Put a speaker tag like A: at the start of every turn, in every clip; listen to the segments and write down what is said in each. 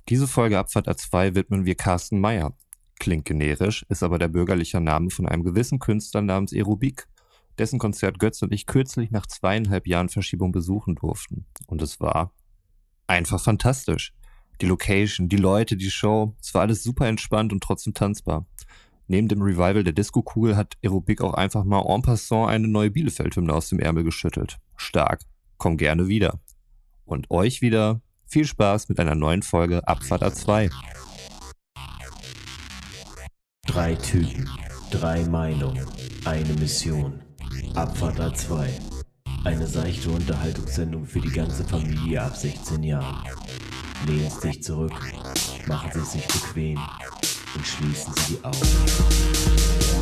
A: Diese Folge Abfahrt A2 widmen wir Carsten Meyer. Klingt generisch, ist aber der bürgerliche Name von einem gewissen Künstler namens Aerobik, dessen Konzert Götz und ich kürzlich nach 2,5 Jahren Verschiebung besuchen durften. Und es war einfach fantastisch. Die Location, die Leute, die Show, es war alles super entspannt und trotzdem tanzbar. Neben dem Revival der Disco-Kugel hat Aerobik auch einfach mal en passant eine neue Bielefeld-Hymne aus dem Ärmel geschüttelt. Stark. Komm gerne wieder. Und euch wieder viel Spaß mit einer neuen Folge Abfahrt A2.
B: 3 Typen, 3 Meinungen, eine Mission. Abfahrt A2. Eine seichte Unterhaltungssendung für die ganze Familie ab 16 Jahren. Lehnen Sie sich zurück, machen Sie es sich bequem und schließen Sie die Augen.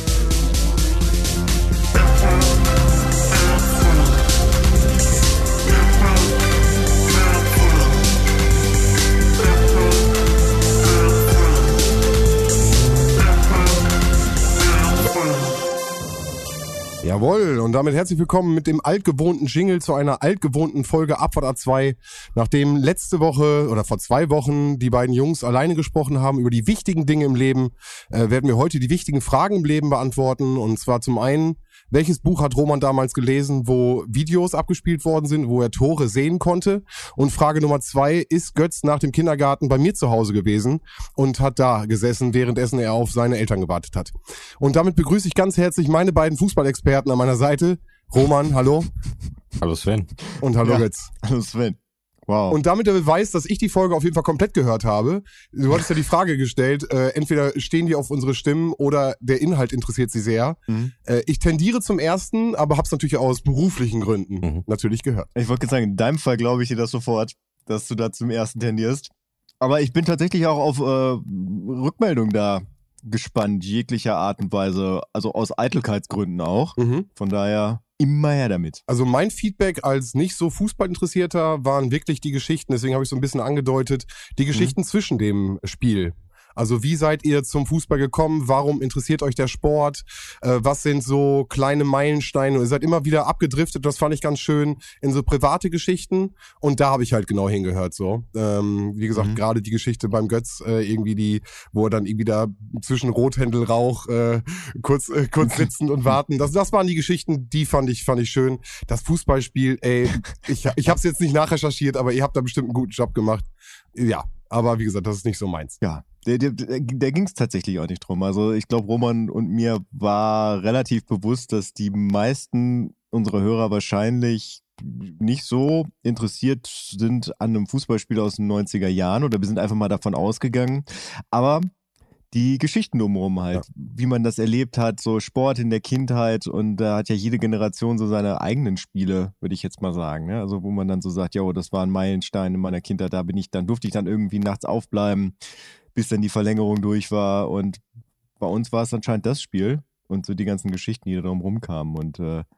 C: Jawohl, und damit herzlich willkommen mit dem altgewohnten Jingle zu einer altgewohnten Folge Abfahrt A2. Nachdem letzte Woche oder vor 2 Wochen die beiden Jungs alleine gesprochen haben über die wichtigen Dinge im Leben, werden wir heute die wichtigen Fragen im Leben beantworten. Und zwar zum einen, welches Buch hat Roman damals gelesen, wo Videos abgespielt worden sind, wo er Tore sehen konnte? Und Frage Nummer 2, ist Götz nach dem Kindergarten bei mir zu Hause gewesen und hat da gesessen, währenddessen er auf seine Eltern gewartet hat? Und damit begrüße ich ganz herzlich meine beiden Fußballexperten an meiner Seite. Roman, hallo.
A: Hallo Sven.
C: Und hallo Götz.
D: Hallo Sven. Wow.
C: Und damit der Beweis, dass ich die Folge auf jeden Fall komplett gehört habe. Du hattest ja die Frage gestellt, entweder stehen die auf unsere Stimmen oder der Inhalt interessiert sie sehr. Ich tendiere zum ersten, aber hab's natürlich aus beruflichen Gründen natürlich gehört.
D: Ich wollte sagen, in deinem Fall glaube ich dir das sofort, dass du da zum ersten tendierst. Aber ich bin tatsächlich auch auf Rückmeldung da gespannt, jeglicher Art und Weise, also aus Eitelkeitsgründen auch. Von daher immer her damit.
C: Also mein Feedback als nicht so Fußballinteressierter waren wirklich die Geschichten, deswegen habe ich so ein bisschen angedeutet, die Geschichten zwischen dem Spiel. Also wie seid ihr zum Fußball gekommen? Warum interessiert euch der Sport? Was sind so kleine Meilensteine? Ihr seid immer wieder abgedriftet, das fand ich ganz schön, in so private Geschichten. Und da habe ich halt genau hingehört. So, wie gesagt, gerade die Geschichte beim Götz, irgendwie wo er dann irgendwie da zwischen Rothändelrauch kurz sitzen und warten. Das waren die Geschichten, die fand ich schön. Das Fußballspiel, ich habe es jetzt nicht nachrecherchiert, aber ihr habt da bestimmt einen guten Job gemacht. Ja, aber wie gesagt, das ist nicht so meins.
D: Ja. Der ging es tatsächlich auch nicht drum. Also ich glaube, Roman und mir war relativ bewusst, dass die meisten unserer Hörer wahrscheinlich nicht so interessiert sind an einem Fußballspiel aus den 90er Jahren oder wir sind einfach mal davon ausgegangen. Aber die Geschichten drumherum halt, wie man das erlebt hat, so Sport in der Kindheit und da hat ja jede Generation so seine eigenen Spiele, würde ich jetzt mal sagen. Ne? Also wo man dann so sagt, ja, das war ein Meilenstein in meiner Kindheit, durfte ich dann irgendwie nachts aufbleiben, bis dann die Verlängerung durch war und bei uns war es anscheinend das Spiel und so die ganzen Geschichten, die da drumherum kamen und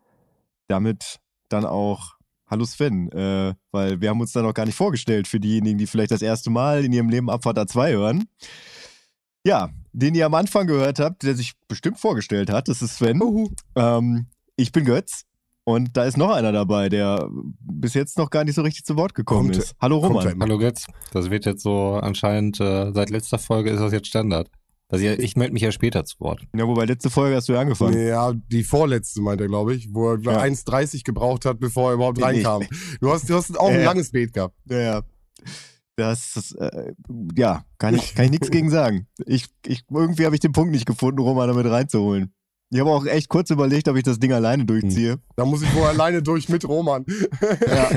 D: damit dann auch hallo Sven, weil wir haben uns da noch gar nicht vorgestellt für diejenigen, die vielleicht das erste Mal in ihrem Leben Abfahrt A2 hören. Ja, den ihr am Anfang gehört habt, der sich bestimmt vorgestellt hat, das ist Sven. Ich bin Götz und da ist noch einer dabei, der bis jetzt noch gar nicht so richtig zu Wort gekommen ist. Hallo Roman.
A: Hallo Götz. Das wird jetzt so anscheinend, seit letzter Folge ist das jetzt Standard. Also ich melde mich ja später zu Wort.
D: Ja, wobei letzte Folge hast du ja angefangen.
C: Ja, die vorletzte meint er, glaube ich, wo er 1,30 gebraucht hat, bevor er überhaupt reinkam. Du hast auch ein langes Beet gehabt.
D: Ja. Das, kann ich nichts gegen sagen. Irgendwie habe ich den Punkt nicht gefunden, Roman damit reinzuholen. Ich habe auch echt kurz überlegt, ob ich das Ding alleine durchziehe.
C: Da muss ich wohl alleine durch mit Roman.
D: Ja.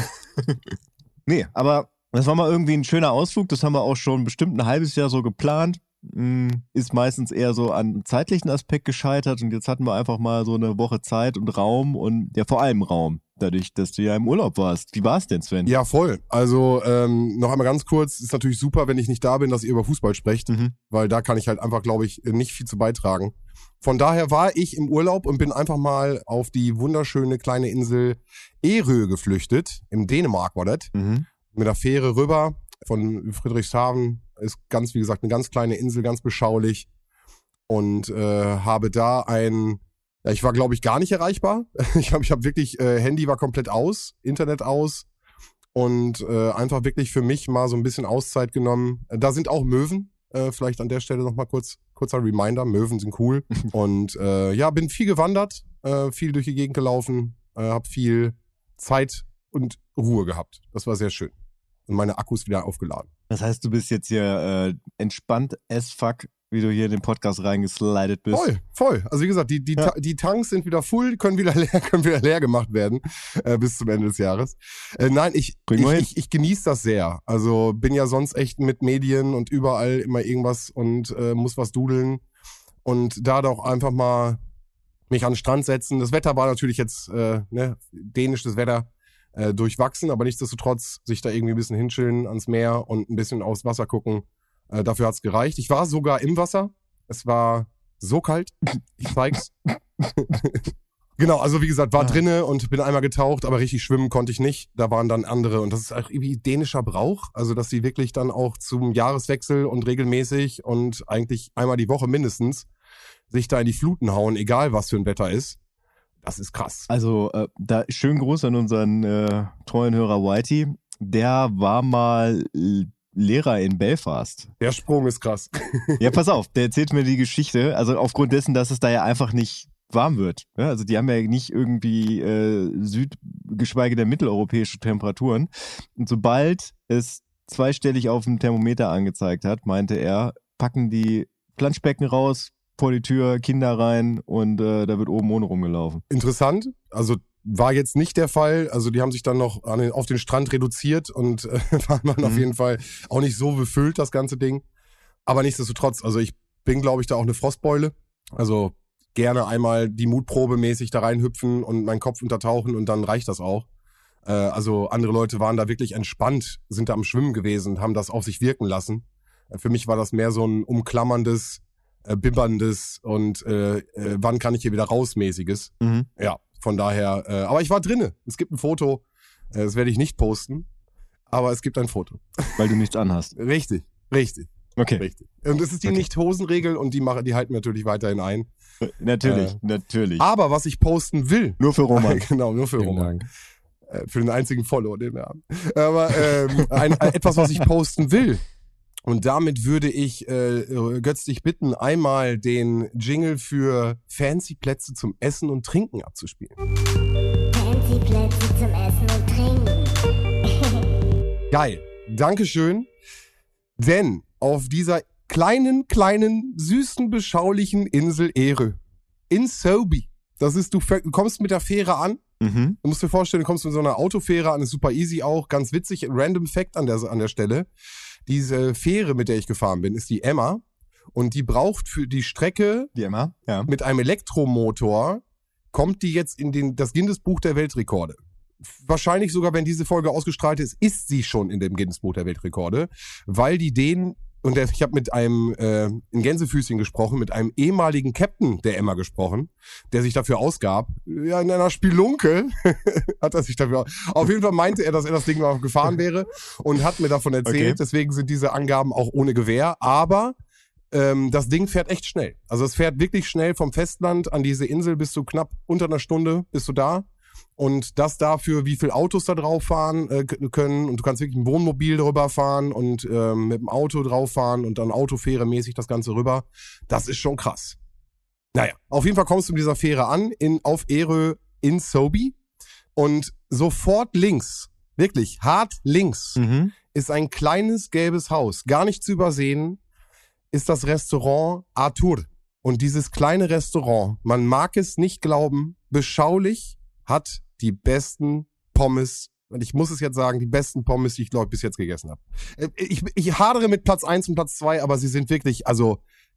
D: Nee, aber das war mal irgendwie ein schöner Ausflug. Das haben wir auch schon bestimmt ein halbes Jahr so geplant. Ist meistens eher so an zeitlichen Aspekt gescheitert und jetzt hatten wir einfach mal so eine Woche Zeit und Raum und ja vor allem Raum, dadurch, dass du ja im Urlaub warst. Wie war es denn, Sven?
C: Ja, voll. Also noch einmal ganz kurz, ist natürlich super, wenn ich nicht da bin, dass ihr über Fußball sprecht, weil da kann ich halt einfach, glaube ich, nicht viel zu beitragen. Von daher war ich im Urlaub und bin einfach mal auf die wunderschöne kleine Insel Ærø geflüchtet. In Dänemark war das. Mit der Fähre rüber von Friedrichshafen. Ist ganz, wie gesagt, eine ganz kleine Insel, ganz beschaulich. Und habe da ich war, glaube ich, gar nicht erreichbar. Ich hab wirklich, Handy war komplett aus, Internet aus. und einfach wirklich für mich mal so ein bisschen Auszeit genommen. Da sind auch Möwen, vielleicht an der Stelle nochmal kurzer Reminder, Möwen sind cool. Und bin viel gewandert, viel durch die Gegend gelaufen, habe viel Zeit und Ruhe gehabt. Das war sehr schön. Und meine Akkus wieder aufgeladen.
D: Das heißt, du bist jetzt hier entspannt as fuck, wie du hier in den Podcast reingeslidet bist.
C: Voll. Also wie gesagt, die Tanks sind wieder full, können wieder leer gemacht werden bis zum Ende des Jahres. Nein, ich genieße das sehr. Also bin ja sonst echt mit Medien und überall immer irgendwas und muss was dudeln. Und da doch einfach mal mich an den Strand setzen. Das Wetter war natürlich jetzt dänisches Wetter. Durchwachsen, aber nichtsdestotrotz sich da irgendwie ein bisschen hinschillen ans Meer und ein bisschen aufs Wasser gucken. Dafür hat's gereicht. Ich war sogar im Wasser. Es war so kalt. Ich zeig's. Genau, also wie gesagt, war drinne und bin einmal getaucht, aber richtig schwimmen konnte ich nicht. Da waren dann andere und das ist auch irgendwie dänischer Brauch. Also, dass sie wirklich dann auch zum Jahreswechsel und regelmäßig und eigentlich einmal die Woche mindestens sich da in die Fluten hauen, egal was für ein Wetter ist. Das ist krass.
D: Also, da schönen Gruß an unseren treuen Hörer Whitey. Der war mal Lehrer in Belfast.
C: Der Sprung ist krass.
D: Ja, pass auf, der erzählt mir die Geschichte. Also aufgrund dessen, dass es da ja einfach nicht warm wird. Ja, also die haben ja nicht irgendwie geschweige denn mitteleuropäische Temperaturen. Und sobald es zweistellig auf dem Thermometer angezeigt hat, meinte er, packen die Planschbecken raus, vor die Tür, Kinder rein und da wird oben ohne rumgelaufen.
C: Interessant, also war jetzt nicht der Fall, also die haben sich dann noch auf den Strand reduziert und waren auf jeden Fall auch nicht so befüllt, das ganze Ding, aber nichtsdestotrotz, also ich bin glaube ich da auch eine Frostbeule, also gerne einmal die Mutprobe mäßig da reinhüpfen und meinen Kopf untertauchen und dann reicht das auch. Also andere Leute waren da wirklich entspannt, sind da am Schwimmen gewesen und haben das auf sich wirken lassen. Für mich war das mehr so ein umklammerndes, bibberndes und wann kann ich hier wieder raus mäßiges. Ja, von daher, aber ich war drinne. Es gibt ein Foto, das werde ich nicht posten, aber es gibt ein Foto.
D: Weil du nichts anhast.
C: Richtig.
D: Okay.
C: Richtig. Und es ist die Nicht-Hosen-Regel und die halten natürlich weiterhin ein.
D: Natürlich.
C: Aber was ich posten will.
D: Nur für Roman.
C: Genau, nur für Roman. Für den einzigen Follower, den wir haben. Aber etwas, was ich posten will. Und damit würde ich Götz dich bitten, einmal den Jingle für Fancy Plätze zum Essen und Trinken abzuspielen.
E: Fancy Plätze zum Essen und Trinken.
C: Geil. Dankeschön. Denn auf dieser kleinen, süßen, beschaulichen Insel Erö, in Sobi, du kommst mit der Fähre an. Du musst dir vorstellen, du kommst mit so einer Autofähre an, ist super easy auch, ganz witzig, random Fact an der Stelle. Diese Fähre, mit der ich gefahren bin, ist die Emma und die braucht für die Strecke mit einem Elektromotor, kommt die jetzt in das Guinness-Buch der Weltrekorde. Wahrscheinlich sogar, wenn diese Folge ausgestrahlt ist sie schon in dem Guinness-Buch der Weltrekorde, weil ich habe mit einem in Gänsefüßchen gesprochen, mit einem ehemaligen Captain der Emma gesprochen, der sich dafür ausgab. Ja, in einer Spelunke hat er sich dafür. Auf jeden Fall meinte er, dass er das Ding mal gefahren wäre und hat mir davon erzählt. Okay. Deswegen sind diese Angaben auch ohne Gewähr. Aber das Ding fährt echt schnell. Also es fährt wirklich schnell vom Festland an diese Insel, bist du knapp unter einer Stunde, bist du da. Und das dafür, wie viele Autos da drauf fahren können. Und du kannst wirklich ein Wohnmobil drüber fahren und mit dem Auto drauf fahren und dann Autofähre mäßig das Ganze rüber. Das ist schon krass. Naja, auf jeden Fall kommst du mit dieser Fähre an, auf Erö in Sobi. Und sofort links, wirklich hart links, ist ein kleines gelbes Haus. Gar nicht zu übersehen ist das Restaurant Arthur. Und dieses kleine Restaurant, man mag es nicht glauben, beschaulich, hat die besten Pommes, und ich muss es jetzt sagen, die besten Pommes, die ich glaube bis jetzt gegessen habe. Ich hadere mit Platz 1 und Platz 2, aber sie sind wirklich, also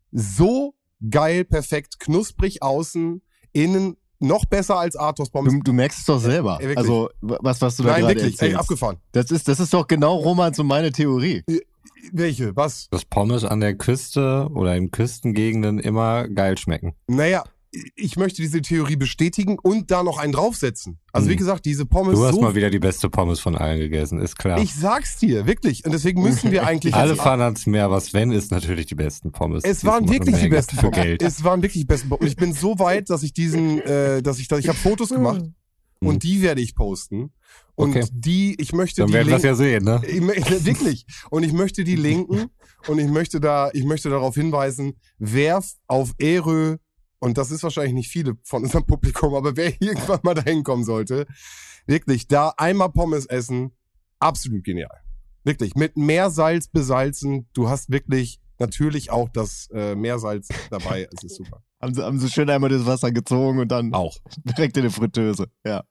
C: so geil, perfekt, knusprig außen, innen noch besser als Arthurs Pommes.
D: Du merkst es doch selber. Also was du da gerade erzählst.
C: Ey, abgefahren.
D: Das ist doch genau, Roman, so meine Theorie.
C: Welche? Was?
A: Dass Pommes an der Küste oder in Küstengegenden immer geil schmecken.
C: Naja, ich möchte diese Theorie bestätigen und da noch einen draufsetzen. Also wie gesagt, diese Pommes.
A: Du hast mal wieder die beste Pommes von allen gegessen, ist klar.
C: Ich sag's dir, wirklich. Und deswegen müssen wir eigentlich.
A: Alle fahren ans Meer, was wenn, ist natürlich die besten Pommes.
C: Es waren wirklich die besten Pommes. Es waren wirklich die besten Pommes. Und ich bin so weit, dass ich ich habe Fotos gemacht Und die werde ich posten. Und
A: Okay.
C: ich möchte
A: Dann
C: die
A: werden wir das
C: linken.
A: ja sehen, ne?
C: Wirklich. Und ich möchte die linken und ich möchte darauf hinweisen, wer auf Erö, und das ist wahrscheinlich nicht viele von unserem Publikum, aber wer irgendwann mal dahin kommen sollte, wirklich, da einmal Pommes essen, absolut genial. Wirklich, mit Meersalz besalzen, du hast wirklich natürlich auch das Meersalz dabei, es ist super.
D: Haben sie schön einmal das Wasser gezogen und dann
C: Auch.
D: direkt in die Fritteuse. Ja.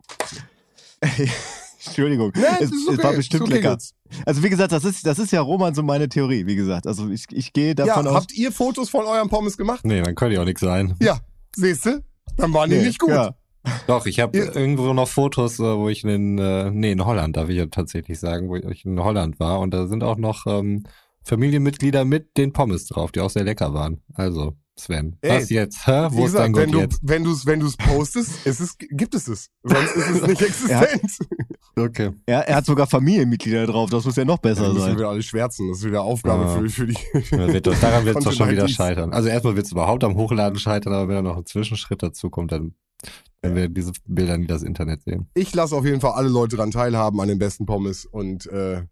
D: Entschuldigung.
C: Nein,
D: es war bestimmt
C: ist okay,
D: lecker.
C: Götz.
D: Also wie gesagt, das ist ja Roman so meine Theorie, wie gesagt. Also ich gehe davon
C: Ja,
D: aus.
C: habt ihr Fotos von euren Pommes gemacht?
A: Nee, dann könnte ja auch nichts sein.
C: Ja, siehste, dann waren die nicht gut.
D: Ja.
A: Doch, ich habe
C: Ihr-
A: irgendwo noch Fotos, wo ich in Holland, darf ich ja tatsächlich sagen, wo ich in Holland war. Und da sind auch noch Familienmitglieder mit den Pommes drauf, die auch sehr lecker waren. Also, Sven,
C: Ey,
A: was jetzt? Hä?
C: Wie
A: Wo ist dein
C: gesagt,
A: Gott jetzt?
C: wenn du's postest, gibt es es. Sonst ist es nicht existent.
A: Okay.
D: Er hat sogar Familienmitglieder drauf, das muss ja noch besser
C: Dann müssen
D: sein.
C: wir alle schwärzen. Das ist wieder Aufgabe
A: Ja.
C: für die.
A: Daran wird es doch schon wieder
C: Content-IDs.
A: scheitern. Also erstmal wird es überhaupt am Hochladen scheitern, aber wenn da noch ein Zwischenschritt dazu kommt, dann werden diese Bilder nie das Internet sehen.
C: Ich lasse auf jeden Fall alle Leute daran teilhaben an den besten Pommes und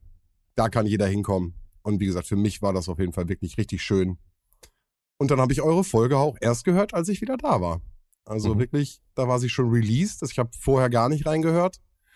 C: da kann jeder hinkommen. Und wie gesagt, für mich war das auf jeden Fall wirklich richtig schön. Und dann habe ich eure Folge auch erst gehört, als ich wieder da war. Also wirklich, da war sie schon released. Ich habe vorher gar nicht reingehört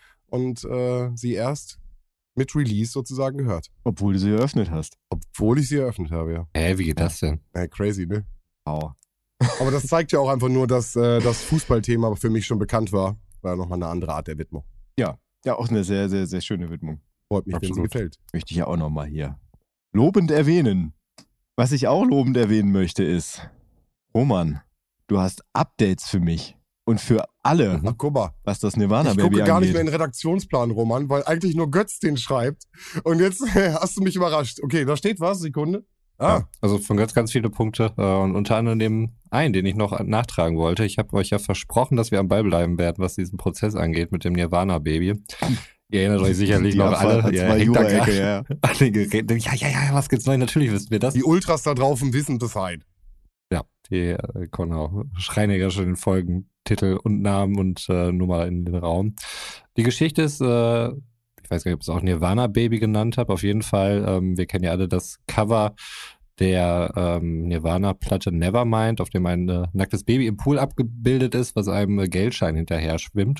C: und sie erst mit Release sozusagen gehört.
D: Obwohl du sie eröffnet hast.
C: Obwohl ich sie eröffnet habe, ja.
A: Hä, wie geht das denn?
C: Crazy, ne?
D: Wow.
C: Aber das zeigt ja auch einfach nur, dass das Fußballthema für mich schon bekannt war. War ja nochmal eine andere Art der Widmung.
D: Ja, auch eine sehr, sehr, sehr schöne Widmung.
C: Freut mich, wenn sie
A: Absolut.
C: gefällt.
D: Möchte ich ja auch nochmal hier lobend erwähnen. Was ich auch lobend erwähnen möchte ist, Roman, du hast Updates für mich und für alle,
C: Ach, guck mal.
D: was das
C: Ich
D: Nirvana-Baby
C: gucke gar nicht
D: angeht.
C: mehr in den Redaktionsplan, Roman, weil eigentlich nur Götz den schreibt. Und jetzt hast du mich überrascht. Okay, da steht was, Sekunde.
A: Ja, also von ganz viele Punkte und unter anderem einen, den ich noch nachtragen wollte. Ich habe euch ja versprochen, dass wir am Ball bleiben werden, was diesen Prozess angeht mit dem Nirvana-Baby. Ihr erinnert euch sicherlich
D: Die
A: noch
D: Abfahrt
A: alle.
D: hat
A: Ihr
D: zwei
A: hängt da
D: Jura-Ecke,
A: gerade
D: ja.
A: an den Geräten. Ja, was gibt's neu? Natürlich wissen wir das.
C: Die Ultras da draußen wissen Bescheid.
A: Ja, die genau, schreien ja schon den Folgentitel und Namen und Nummer in den Raum. Die Geschichte ist, ich weiß gar nicht, ob ich es auch Nirvana Baby genannt habe. Auf jeden Fall, wir kennen ja alle das Cover der Nirvana-Platte Nevermind, auf dem ein nacktes Baby im Pool abgebildet ist, was einem Geldschein hinterher schwimmt.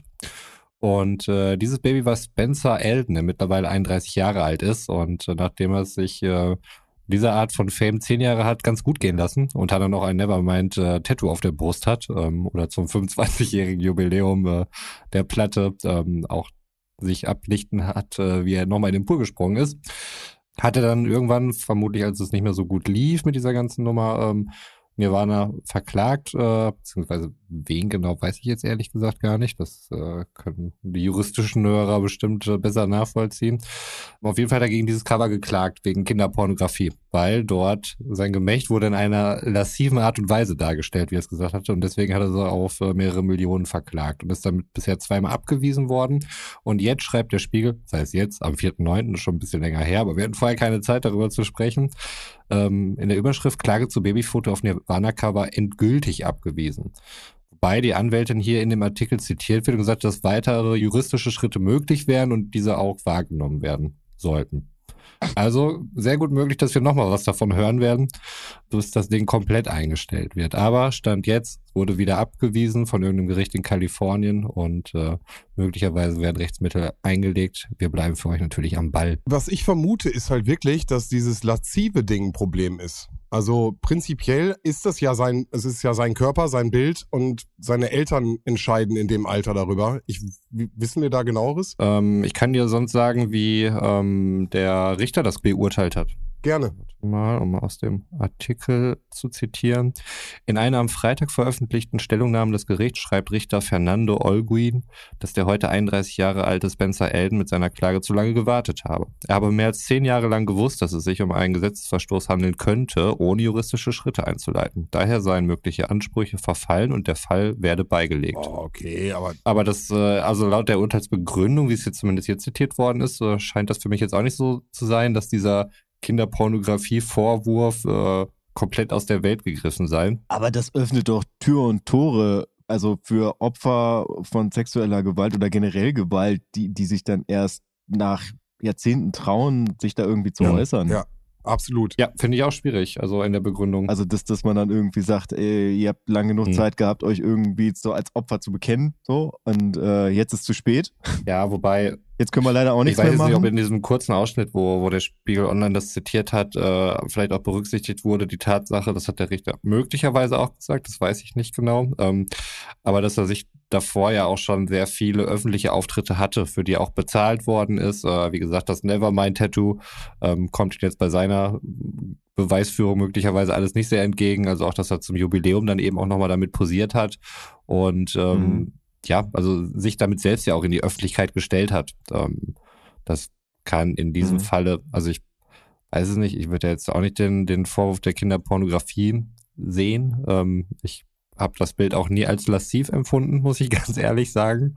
A: Und dieses Baby war Spencer Elden, der mittlerweile 31 Jahre alt ist. Und nachdem er sich dieser Art von Fame 10 Jahre hat ganz gut gehen lassen und dann noch ein Nevermind-Tattoo auf der Brust hat oder zum 25-jährigen Jubiläum der Platte auch sich ablichten hat, wie er nochmal in den Pool gesprungen ist, hat er dann irgendwann, vermutlich als es nicht mehr so gut lief mit dieser ganzen Nummer, Nirvana verklagt, beziehungsweise wen genau, weiß ich jetzt ehrlich gesagt gar nicht. Das können die juristischen Hörer bestimmt besser nachvollziehen. Auf jeden Fall hat er gegen dieses Cover geklagt, wegen Kinderpornografie, weil dort sein Gemächt wurde in einer lassiven Art und Weise dargestellt, wie er es gesagt hatte. Und deswegen hat er so auf mehrere Millionen verklagt und ist damit bisher zweimal abgewiesen worden. Und jetzt schreibt der Spiegel, das heißt jetzt, am 4.9., schon ein bisschen länger her, aber wir hatten vorher keine Zeit, darüber zu sprechen, in der Überschrift Klage zu Babyfoto auf Nirvana-Cover endgültig abgewiesen. Wobei die Anwältin hier in dem Artikel zitiert wird und gesagt, dass weitere juristische Schritte möglich wären und diese auch wahrgenommen werden sollten. Also sehr gut möglich, dass wir nochmal was davon hören werden, bis das Ding komplett eingestellt wird. Aber Stand jetzt wurde wieder abgewiesen von irgendeinem Gericht in Kalifornien und möglicherweise werden Rechtsmittel eingelegt. Wir bleiben für euch natürlich am Ball.
C: Was ich vermute, ist halt wirklich, dass dieses laszive Ding ein Problem ist. Also prinzipiell ist es ist ja sein Körper, sein Bild und seine Eltern entscheiden in dem Alter darüber. Wissen wir da genaueres?
A: Ich kann dir sonst sagen, wie der Richter das beurteilt hat.
C: Gerne.
A: Mal, um aus dem Artikel zu zitieren. In einer am Freitag veröffentlichten Stellungnahme des Gerichts schreibt Richter Fernando Olguin, dass der heute 31 Jahre alte Spencer Elden mit seiner Klage zu lange gewartet habe. Er habe mehr als 10 Jahre lang gewusst, dass es sich um einen Gesetzesverstoß handeln könnte, ohne juristische Schritte einzuleiten. Daher seien mögliche Ansprüche verfallen und der Fall werde beigelegt.
C: Oh, okay,
A: Aber das, also laut der Urteilsbegründung, wie es jetzt zumindest hier zitiert worden ist, scheint das für mich jetzt auch nicht so zu sein, dass dieser Kinderpornografie-Vorwurf komplett aus der Welt gegriffen sei.
D: Aber das öffnet doch Tür und Tore also für Opfer von sexueller Gewalt oder generell Gewalt, die sich dann erst nach Jahrzehnten trauen, sich da irgendwie zu äußern.
C: Ja, absolut.
A: Ja, finde ich auch schwierig, also in der Begründung.
D: Also dass man dann irgendwie sagt, ey, ihr habt lange genug Zeit gehabt, euch irgendwie so als Opfer zu bekennen, so, und jetzt ist zu spät.
A: Ja, wobei,
D: Jetzt können wir leider auch
A: ich
D: nichts
A: weiß
D: mehr
A: jetzt
D: machen.
A: nicht, ob in diesem kurzen Ausschnitt, wo der Spiegel Online das zitiert hat, vielleicht auch berücksichtigt wurde, die Tatsache, das hat der Richter möglicherweise auch gesagt, das weiß ich nicht genau, aber dass er sich davor ja auch schon sehr viele öffentliche Auftritte hatte, für die auch bezahlt worden ist. Wie gesagt, das Nevermind-Tattoo kommt jetzt bei seiner Beweisführung möglicherweise alles nicht sehr entgegen, also auch, dass er zum Jubiläum dann eben auch nochmal damit posiert hat und ja, also sich damit selbst ja auch in die Öffentlichkeit gestellt hat. Das kann in diesem Falle, also ich weiß es nicht, ich würde jetzt auch nicht den Vorwurf der Kinderpornografie sehen. Ich habe das Bild auch nie als lasziv empfunden, muss ich ganz ehrlich sagen.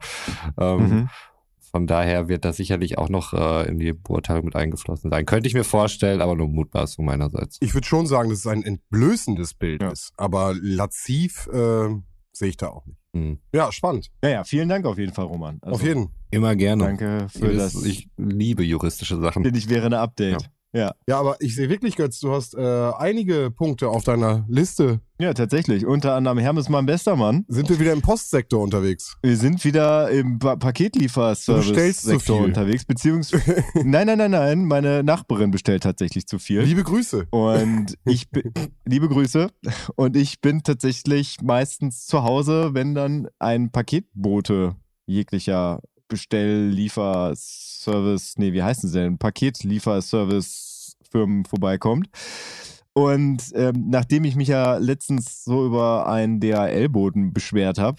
A: Von daher wird das sicherlich auch noch in die Beurteilung mit eingeflossen sein. Könnte ich mir vorstellen, aber nur Mutmaßung meinerseits.
C: Ich würde schon sagen, dass es ein entblößendes Bild ist, aber lasziv sehe ich da auch nicht. Ja, spannend.
D: Ja, vielen Dank auf jeden Fall, Roman. Also,
C: Auf jeden.
A: Immer gerne.
D: Danke für das.
A: Ich liebe juristische Sachen.
D: Finde ich wäre ein Update. Ja.
C: Ja, aber ich sehe wirklich, Götz, du hast einige Punkte auf deiner Liste.
D: Ja, tatsächlich. Unter anderem Hermes mein bester Mann.
C: Sind wir wieder im Postsektor unterwegs?
D: Wir sind wieder im
C: Du bestellst zu
D: Paketlieferservice-Sektor
C: viel.
D: unterwegs, beziehungsweise nein, meine Nachbarin bestellt tatsächlich zu viel.
C: Liebe Grüße.
D: Und liebe Grüße. Und ich bin tatsächlich meistens zu Hause, wenn dann ein Paketbote jeglicher Bestelllieferservice, wie heißen sie denn? Paketlieferservice-Firmen vorbeikommt. Und nachdem ich mich ja letztens so über einen DHL-Boten beschwert habe,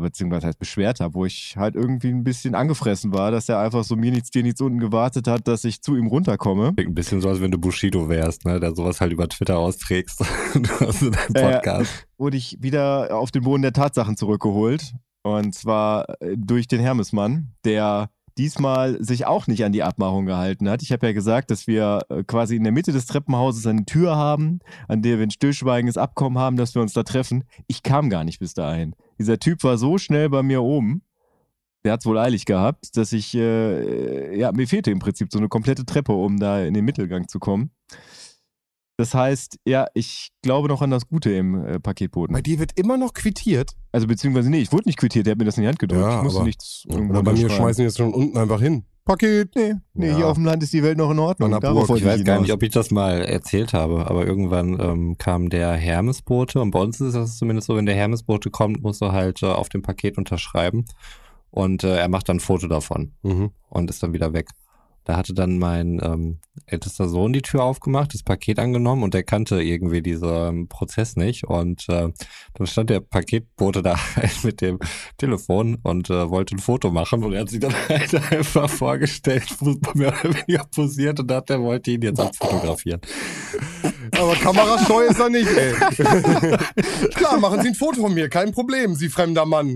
D: wo ich halt irgendwie ein bisschen angefressen war, dass er einfach so mir nichts, dir nichts unten gewartet hat, dass ich zu ihm runterkomme.
A: Klingt ein bisschen so, als wenn du Bushido wärst, ne, der sowas halt über Twitter austrägst. Du hast in deinem Podcast.
D: Wurde ich wieder auf den Boden der Tatsachen zurückgeholt. Und zwar durch den Hermesmann, der diesmal sich auch nicht an die Abmachung gehalten hat. Ich habe ja gesagt, dass wir quasi in der Mitte des Treppenhauses eine Tür haben, an der wir ein stillschweigendes Abkommen haben, dass wir uns da treffen. Ich kam gar nicht bis dahin. Dieser Typ war so schnell bei mir oben, der hat es wohl eilig gehabt, dass ich, mir fehlte im Prinzip so eine komplette Treppe, um da in den Mittelgang zu kommen. Das heißt, ja, ich glaube noch an das Gute im Paketboten.
C: Bei dir wird immer noch quittiert.
D: Also beziehungsweise, ich wurde nicht quittiert, der hat mir das in die Hand gedrückt.
C: Ja,
D: ich musste
C: aber-
D: nichts irgendwo
C: Oder bei mir
D: unterschreiben.
C: schmeißen die jetzt schon unten einfach hin. Paket.
D: Nee,
C: Ja.
D: hier auf dem Land ist die Welt noch in Ordnung.
C: An der
D: Darauf
C: Burg.
D: wollte
A: Ich weiß gar
D: hinaus.
A: nicht, ob ich das mal erzählt habe, aber irgendwann kam der Hermesbote und bei uns ist das zumindest so, wenn der Hermesbote kommt, muss er halt auf dem Paket unterschreiben und er macht dann ein Foto davon und ist dann wieder weg. Da hatte dann mein ältester Sohn die Tür aufgemacht, das Paket angenommen und der kannte irgendwie diesen Prozess nicht und dann stand der Paketbote da halt mit dem Telefon und wollte ein Foto machen und er hat sich dann halt einfach vorgestellt, mehr oder weniger posiert und dachte, er wollte ihn jetzt abfotografieren.
C: Aber kamerascheu ist er nicht, ey. Klar, machen Sie ein Foto von mir, kein Problem, Sie fremder Mann.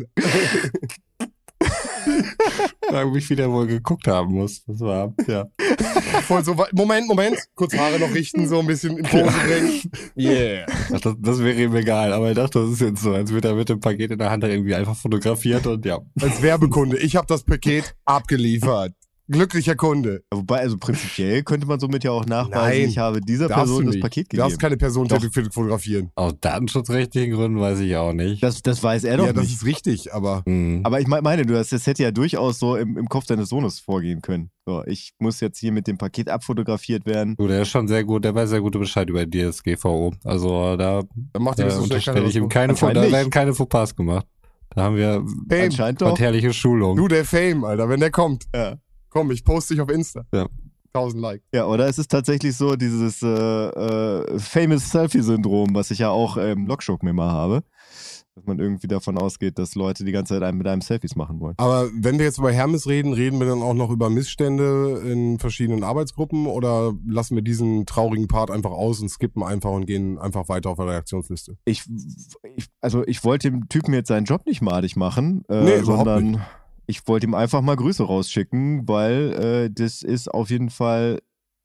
A: Frage mich, wie der wohl geguckt haben muss. Das war, ja.
C: Voll so, Moment, kurz Haare noch richten, so ein bisschen in Pose bringen. Yeah.
A: Das wäre ihm egal, aber ich dachte, das ist jetzt so, als würde er mit dem Paket in der Hand irgendwie einfach fotografiert und ja.
C: Als Werbekunde, ich habe das Paket abgeliefert. Glücklicher Kunde.
D: Wobei, also prinzipiell könnte man somit ja auch nachweisen,
C: Nein,
D: ich habe dieser
C: Darfst
D: Person
C: du
D: das
C: nicht.
D: Paket
C: Du darfst
D: gegeben.
C: keine Person
D: Doch.
C: fotografieren.
A: Aus datenschutzrechtlichen Gründen weiß ich auch nicht.
D: Das weiß er doch
C: Ja, das
D: nicht.
C: ist richtig, aber
D: Aber ich meine, das hätte ja durchaus so im Kopf deines Sohnes vorgehen können. So, ich muss jetzt hier mit dem Paket abfotografiert werden.
A: Du, der ist schon sehr gut, der weiß sehr gut Bescheid über die DSGVO. Also da
C: dann macht ihr das so schnell
A: unterstelle ich ihm keine
D: Anscheinend
A: da
D: nicht.
A: werden keine Fauxpas gemacht. Da haben wir
C: Fame.
D: Anscheinend doch.
A: herrliche Schulung.
C: Du, der Fame, Alter, wenn der kommt.
D: Ja.
C: Komm, ich poste dich auf Insta.
A: Ja.
C: 1000 Likes.
D: Ja, oder es ist tatsächlich so dieses famous Selfie-Syndrom, was ich ja auch im Logshock mir mal habe. Dass man irgendwie davon ausgeht, dass Leute die ganze Zeit mit einem Selfies machen wollen.
C: Aber wenn wir jetzt über Hermes reden, reden wir dann auch noch über Missstände in verschiedenen Arbeitsgruppen oder lassen wir diesen traurigen Part einfach aus und skippen einfach und gehen einfach weiter auf der Reaktionsliste?
D: Ich wollte dem Typen jetzt seinen Job nicht madig machen,
C: Nee, überhaupt
D: sondern ich wollte ihm einfach mal Grüße rausschicken, weil das ist auf jeden Fall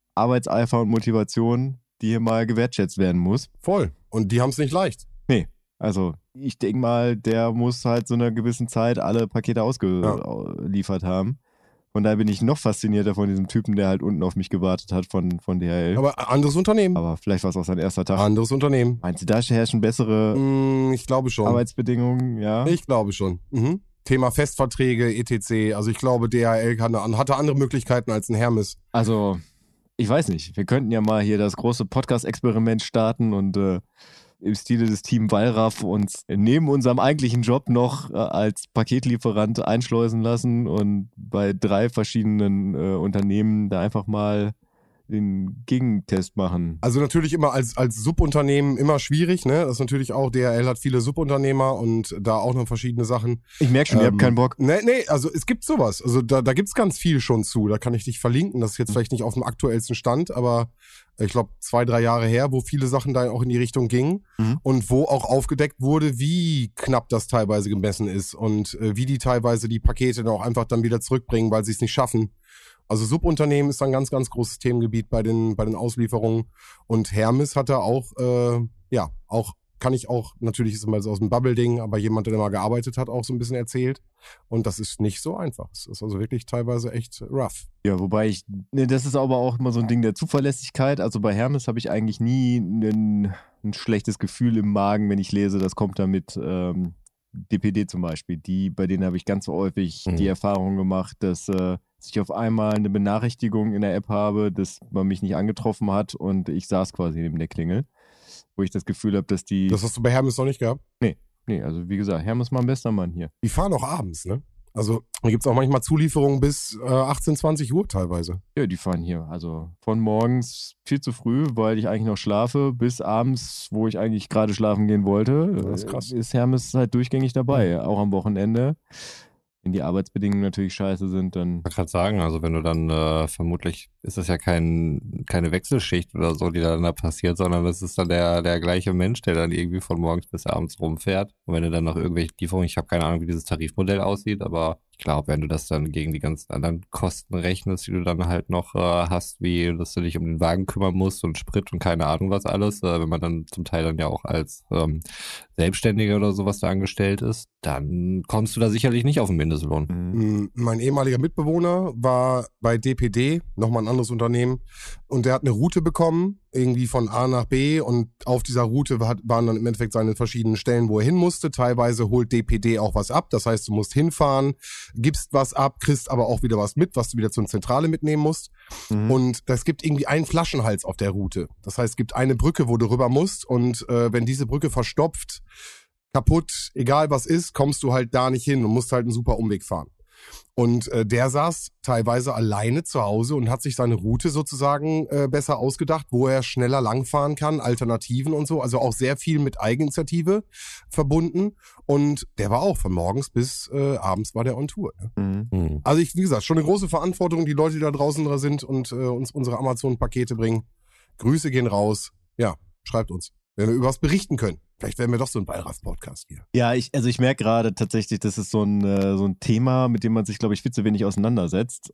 D: Arbeitseifer und Motivation, die hier mal gewertschätzt werden muss.
C: Voll. Und die haben es nicht leicht.
D: Also ich denke mal, der muss halt so einer gewissen Zeit alle Pakete ausgeliefert haben. Von daher bin ich noch faszinierter von diesem Typen, der halt unten auf mich gewartet hat von DHL.
C: Aber anderes Unternehmen.
D: Aber vielleicht war es auch sein erster Tag.
C: Anderes Unternehmen.
D: Meinst du, da herrschen bessere
C: Ich glaube schon.
D: Arbeitsbedingungen? Ja.
C: Ich glaube schon. Thema Festverträge, etc. Also ich glaube, DHL hatte andere Möglichkeiten als ein Hermes.
D: Also, ich weiß nicht. Wir könnten ja mal hier das große Podcast-Experiment starten und im Stile des Team Wallraff uns neben unserem eigentlichen Job noch als Paketlieferant einschleusen lassen und bei 3 verschiedenen Unternehmen da einfach mal den Gegentest machen.
C: Also natürlich immer als Subunternehmen immer schwierig, ne? Das ist natürlich auch, DHL hat viele Subunternehmer und da auch noch verschiedene Sachen.
D: Ich merke schon, ihr habt keinen Bock.
C: Nee, also es gibt sowas. Also da gibt's ganz viel schon zu. Da kann ich dich verlinken. Das ist jetzt vielleicht nicht auf dem aktuellsten Stand, aber ich glaube 2-3 Jahre her, wo viele Sachen da auch in die Richtung gingen und wo auch aufgedeckt wurde, wie knapp das teilweise gemessen ist und wie die teilweise die Pakete dann auch einfach dann wieder zurückbringen, weil sie es nicht schaffen. Also Subunternehmen ist ein ganz, ganz großes Themengebiet bei den Auslieferungen. Und Hermes hat da auch, kann ich auch, natürlich ist es mal so aus dem Bubble-Ding, aber jemand, der da mal gearbeitet hat, auch so ein bisschen erzählt. Und das ist nicht so einfach. Es ist also wirklich teilweise echt rough.
D: Ja, wobei das ist aber auch immer so ein Ding der Zuverlässigkeit. Also bei Hermes habe ich eigentlich nie ein schlechtes Gefühl im Magen, wenn ich lese, das kommt da mit DPD zum Beispiel. Bei denen habe ich ganz häufig die Erfahrung gemacht, dass ich auf einmal eine Benachrichtigung in der App habe, dass man mich nicht angetroffen hat und ich saß quasi neben der Klingel, wo ich das Gefühl habe, dass die...
C: Das hast du bei Hermes noch nicht gehabt?
D: Nee, also wie gesagt, Hermes mal ein bester Mann hier.
C: Die fahren auch abends, ne? Also da gibt's auch manchmal Zulieferungen bis 18, 20 Uhr teilweise.
D: Ja, die fahren hier. Also von morgens viel zu früh, weil ich eigentlich noch schlafe, bis abends, wo ich eigentlich gerade schlafen gehen wollte,
C: Das ist krass.
D: ist Hermes halt durchgängig dabei, auch am Wochenende. Wenn die Arbeitsbedingungen natürlich scheiße sind, dann...
A: Ich wollte gerade sagen, also wenn du dann vermutlich ist das ja keine Wechselschicht oder so, die dann da passiert, sondern das ist dann der gleiche Mensch, der dann irgendwie von morgens bis abends rumfährt. Und wenn du dann noch irgendwelche Lieferungen, ich habe keine Ahnung, wie dieses Tarifmodell aussieht, aber ich glaube, wenn du das dann gegen die ganzen anderen Kosten rechnest, die du dann halt noch hast, wie dass du dich um den Wagen kümmern musst und Sprit und keine Ahnung was alles, wenn man dann zum Teil dann ja auch als Selbstständiger oder sowas da angestellt ist, dann kommst du da sicherlich nicht auf den Mindestlohn.
C: Mein ehemaliger Mitbewohner war bei DPD, nochmal ein anderes Unternehmen, und der hat eine Route bekommen, irgendwie von A nach B, und auf dieser Route waren dann im Endeffekt seine verschiedenen Stellen, wo er hin musste. Teilweise holt DPD auch was ab, das heißt, du musst hinfahren, gibst was ab, kriegst aber auch wieder was mit, was du wieder zur Zentrale mitnehmen musst. Und es gibt irgendwie einen Flaschenhals auf der Route. Das heißt, es gibt eine Brücke, wo du rüber musst, und wenn diese Brücke verstopft, kaputt, egal was ist, kommst du halt da nicht hin und musst halt einen super Umweg fahren. Und der saß teilweise alleine zu Hause und hat sich seine Route sozusagen besser ausgedacht, wo er schneller langfahren kann, Alternativen und so. Also auch sehr viel mit Eigeninitiative verbunden. Und der war auch von morgens bis abends war der on Tour. Ne? Also wie gesagt, schon eine große Verantwortung, die Leute, die da draußen da sind und uns unsere Amazon-Pakete bringen. Grüße gehen raus. Ja, schreibt uns, wenn wir über was berichten können. Vielleicht werden wir doch so ein Wallraff-Podcast hier.
D: Ja, ich merke gerade tatsächlich, das ist so ein Thema, mit dem man sich, glaube ich, viel zu wenig auseinandersetzt.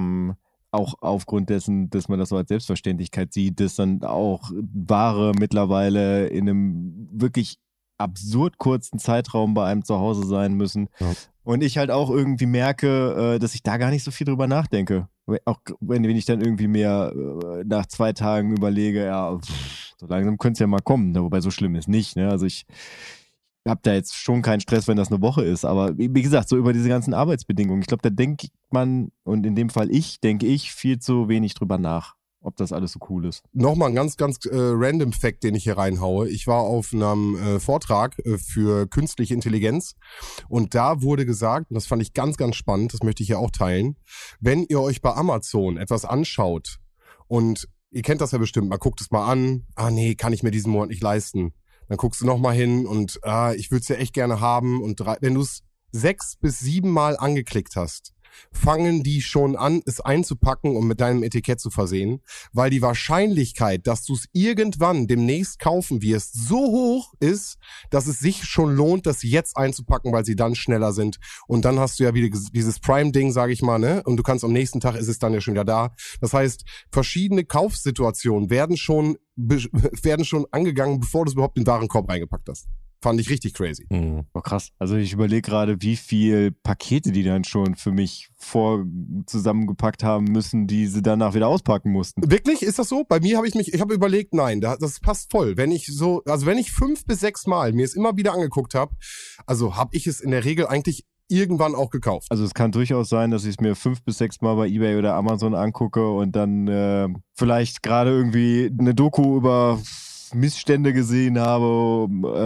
D: Auch aufgrund dessen, dass man das so als Selbstverständlichkeit sieht, dass dann auch Ware mittlerweile in einem wirklich absurd kurzen Zeitraum bei einem zu Hause sein müssen. Ja. Und ich halt auch irgendwie merke, dass ich da gar nicht so viel drüber nachdenke. Auch wenn ich dann irgendwie mehr nach 2 Tagen überlege, ja, so langsam könnte es ja mal kommen, wobei so schlimm ist nicht. Ne? Also ich habe da jetzt schon keinen Stress, wenn das eine Woche ist, aber wie gesagt, so über diese ganzen Arbeitsbedingungen, ich glaube, da denkt man, und in dem Fall denke ich viel zu wenig drüber nach, ob das alles so cool ist.
C: Nochmal ein ganz, ganz random Fact, den ich hier reinhaue. Ich war auf einem Vortrag für künstliche Intelligenz, und da wurde gesagt, und das fand ich ganz, ganz spannend, das möchte ich hier auch teilen, wenn ihr euch bei Amazon etwas anschaut und ihr kennt das ja bestimmt, mal guckt es mal an, nee, kann ich mir diesen Monat nicht leisten. Dann guckst du nochmal hin und ich würde es ja echt gerne haben, und wenn du es 6 bis 7 Mal angeklickt hast, fangen die schon an, es einzupacken und mit deinem Etikett zu versehen, weil die Wahrscheinlichkeit, dass du es irgendwann demnächst kaufen wirst, so hoch ist, dass es sich schon lohnt, das jetzt einzupacken, weil sie dann schneller sind. Und dann hast du ja wieder dieses Prime-Ding, sage ich mal, ne? Und du kannst am nächsten Tag, ist es dann ja schon wieder da. Das heißt, verschiedene Kaufsituationen werden schon angegangen, bevor du es überhaupt in den Warenkorb reingepackt hast. Fand ich richtig crazy.
A: Mhm.
D: Oh, krass. Also ich überlege gerade, wie viel Pakete die dann schon für mich zusammengepackt haben müssen, die sie danach wieder auspacken mussten.
C: Wirklich? Ist das so? Bei mir ich habe überlegt, nein, das passt voll. Wenn ich 5 bis 6 Mal mir es immer wieder angeguckt habe, also habe ich es in der Regel eigentlich irgendwann auch gekauft.
D: Also es kann durchaus sein, dass ich es mir 5 bis 6 Mal bei eBay oder Amazon angucke und dann vielleicht gerade irgendwie eine Doku über Missstände gesehen habe,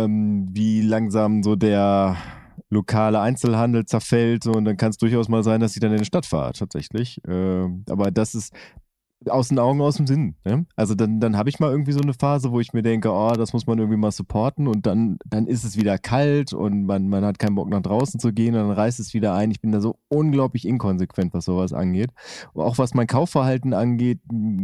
D: wie langsam so der lokale Einzelhandel zerfällt, und dann kann es durchaus mal sein, dass ich dann in die Stadt fahre, tatsächlich. Aber das ist aus den Augen, aus dem Sinn. Ne? Also dann habe ich mal irgendwie so eine Phase, wo ich mir denke, oh, das muss man irgendwie mal supporten, und dann ist es wieder kalt und man hat keinen Bock nach draußen zu gehen, und dann reißt es wieder ein. Ich bin da so unglaublich inkonsequent, was sowas angeht. Auch was mein Kaufverhalten angeht,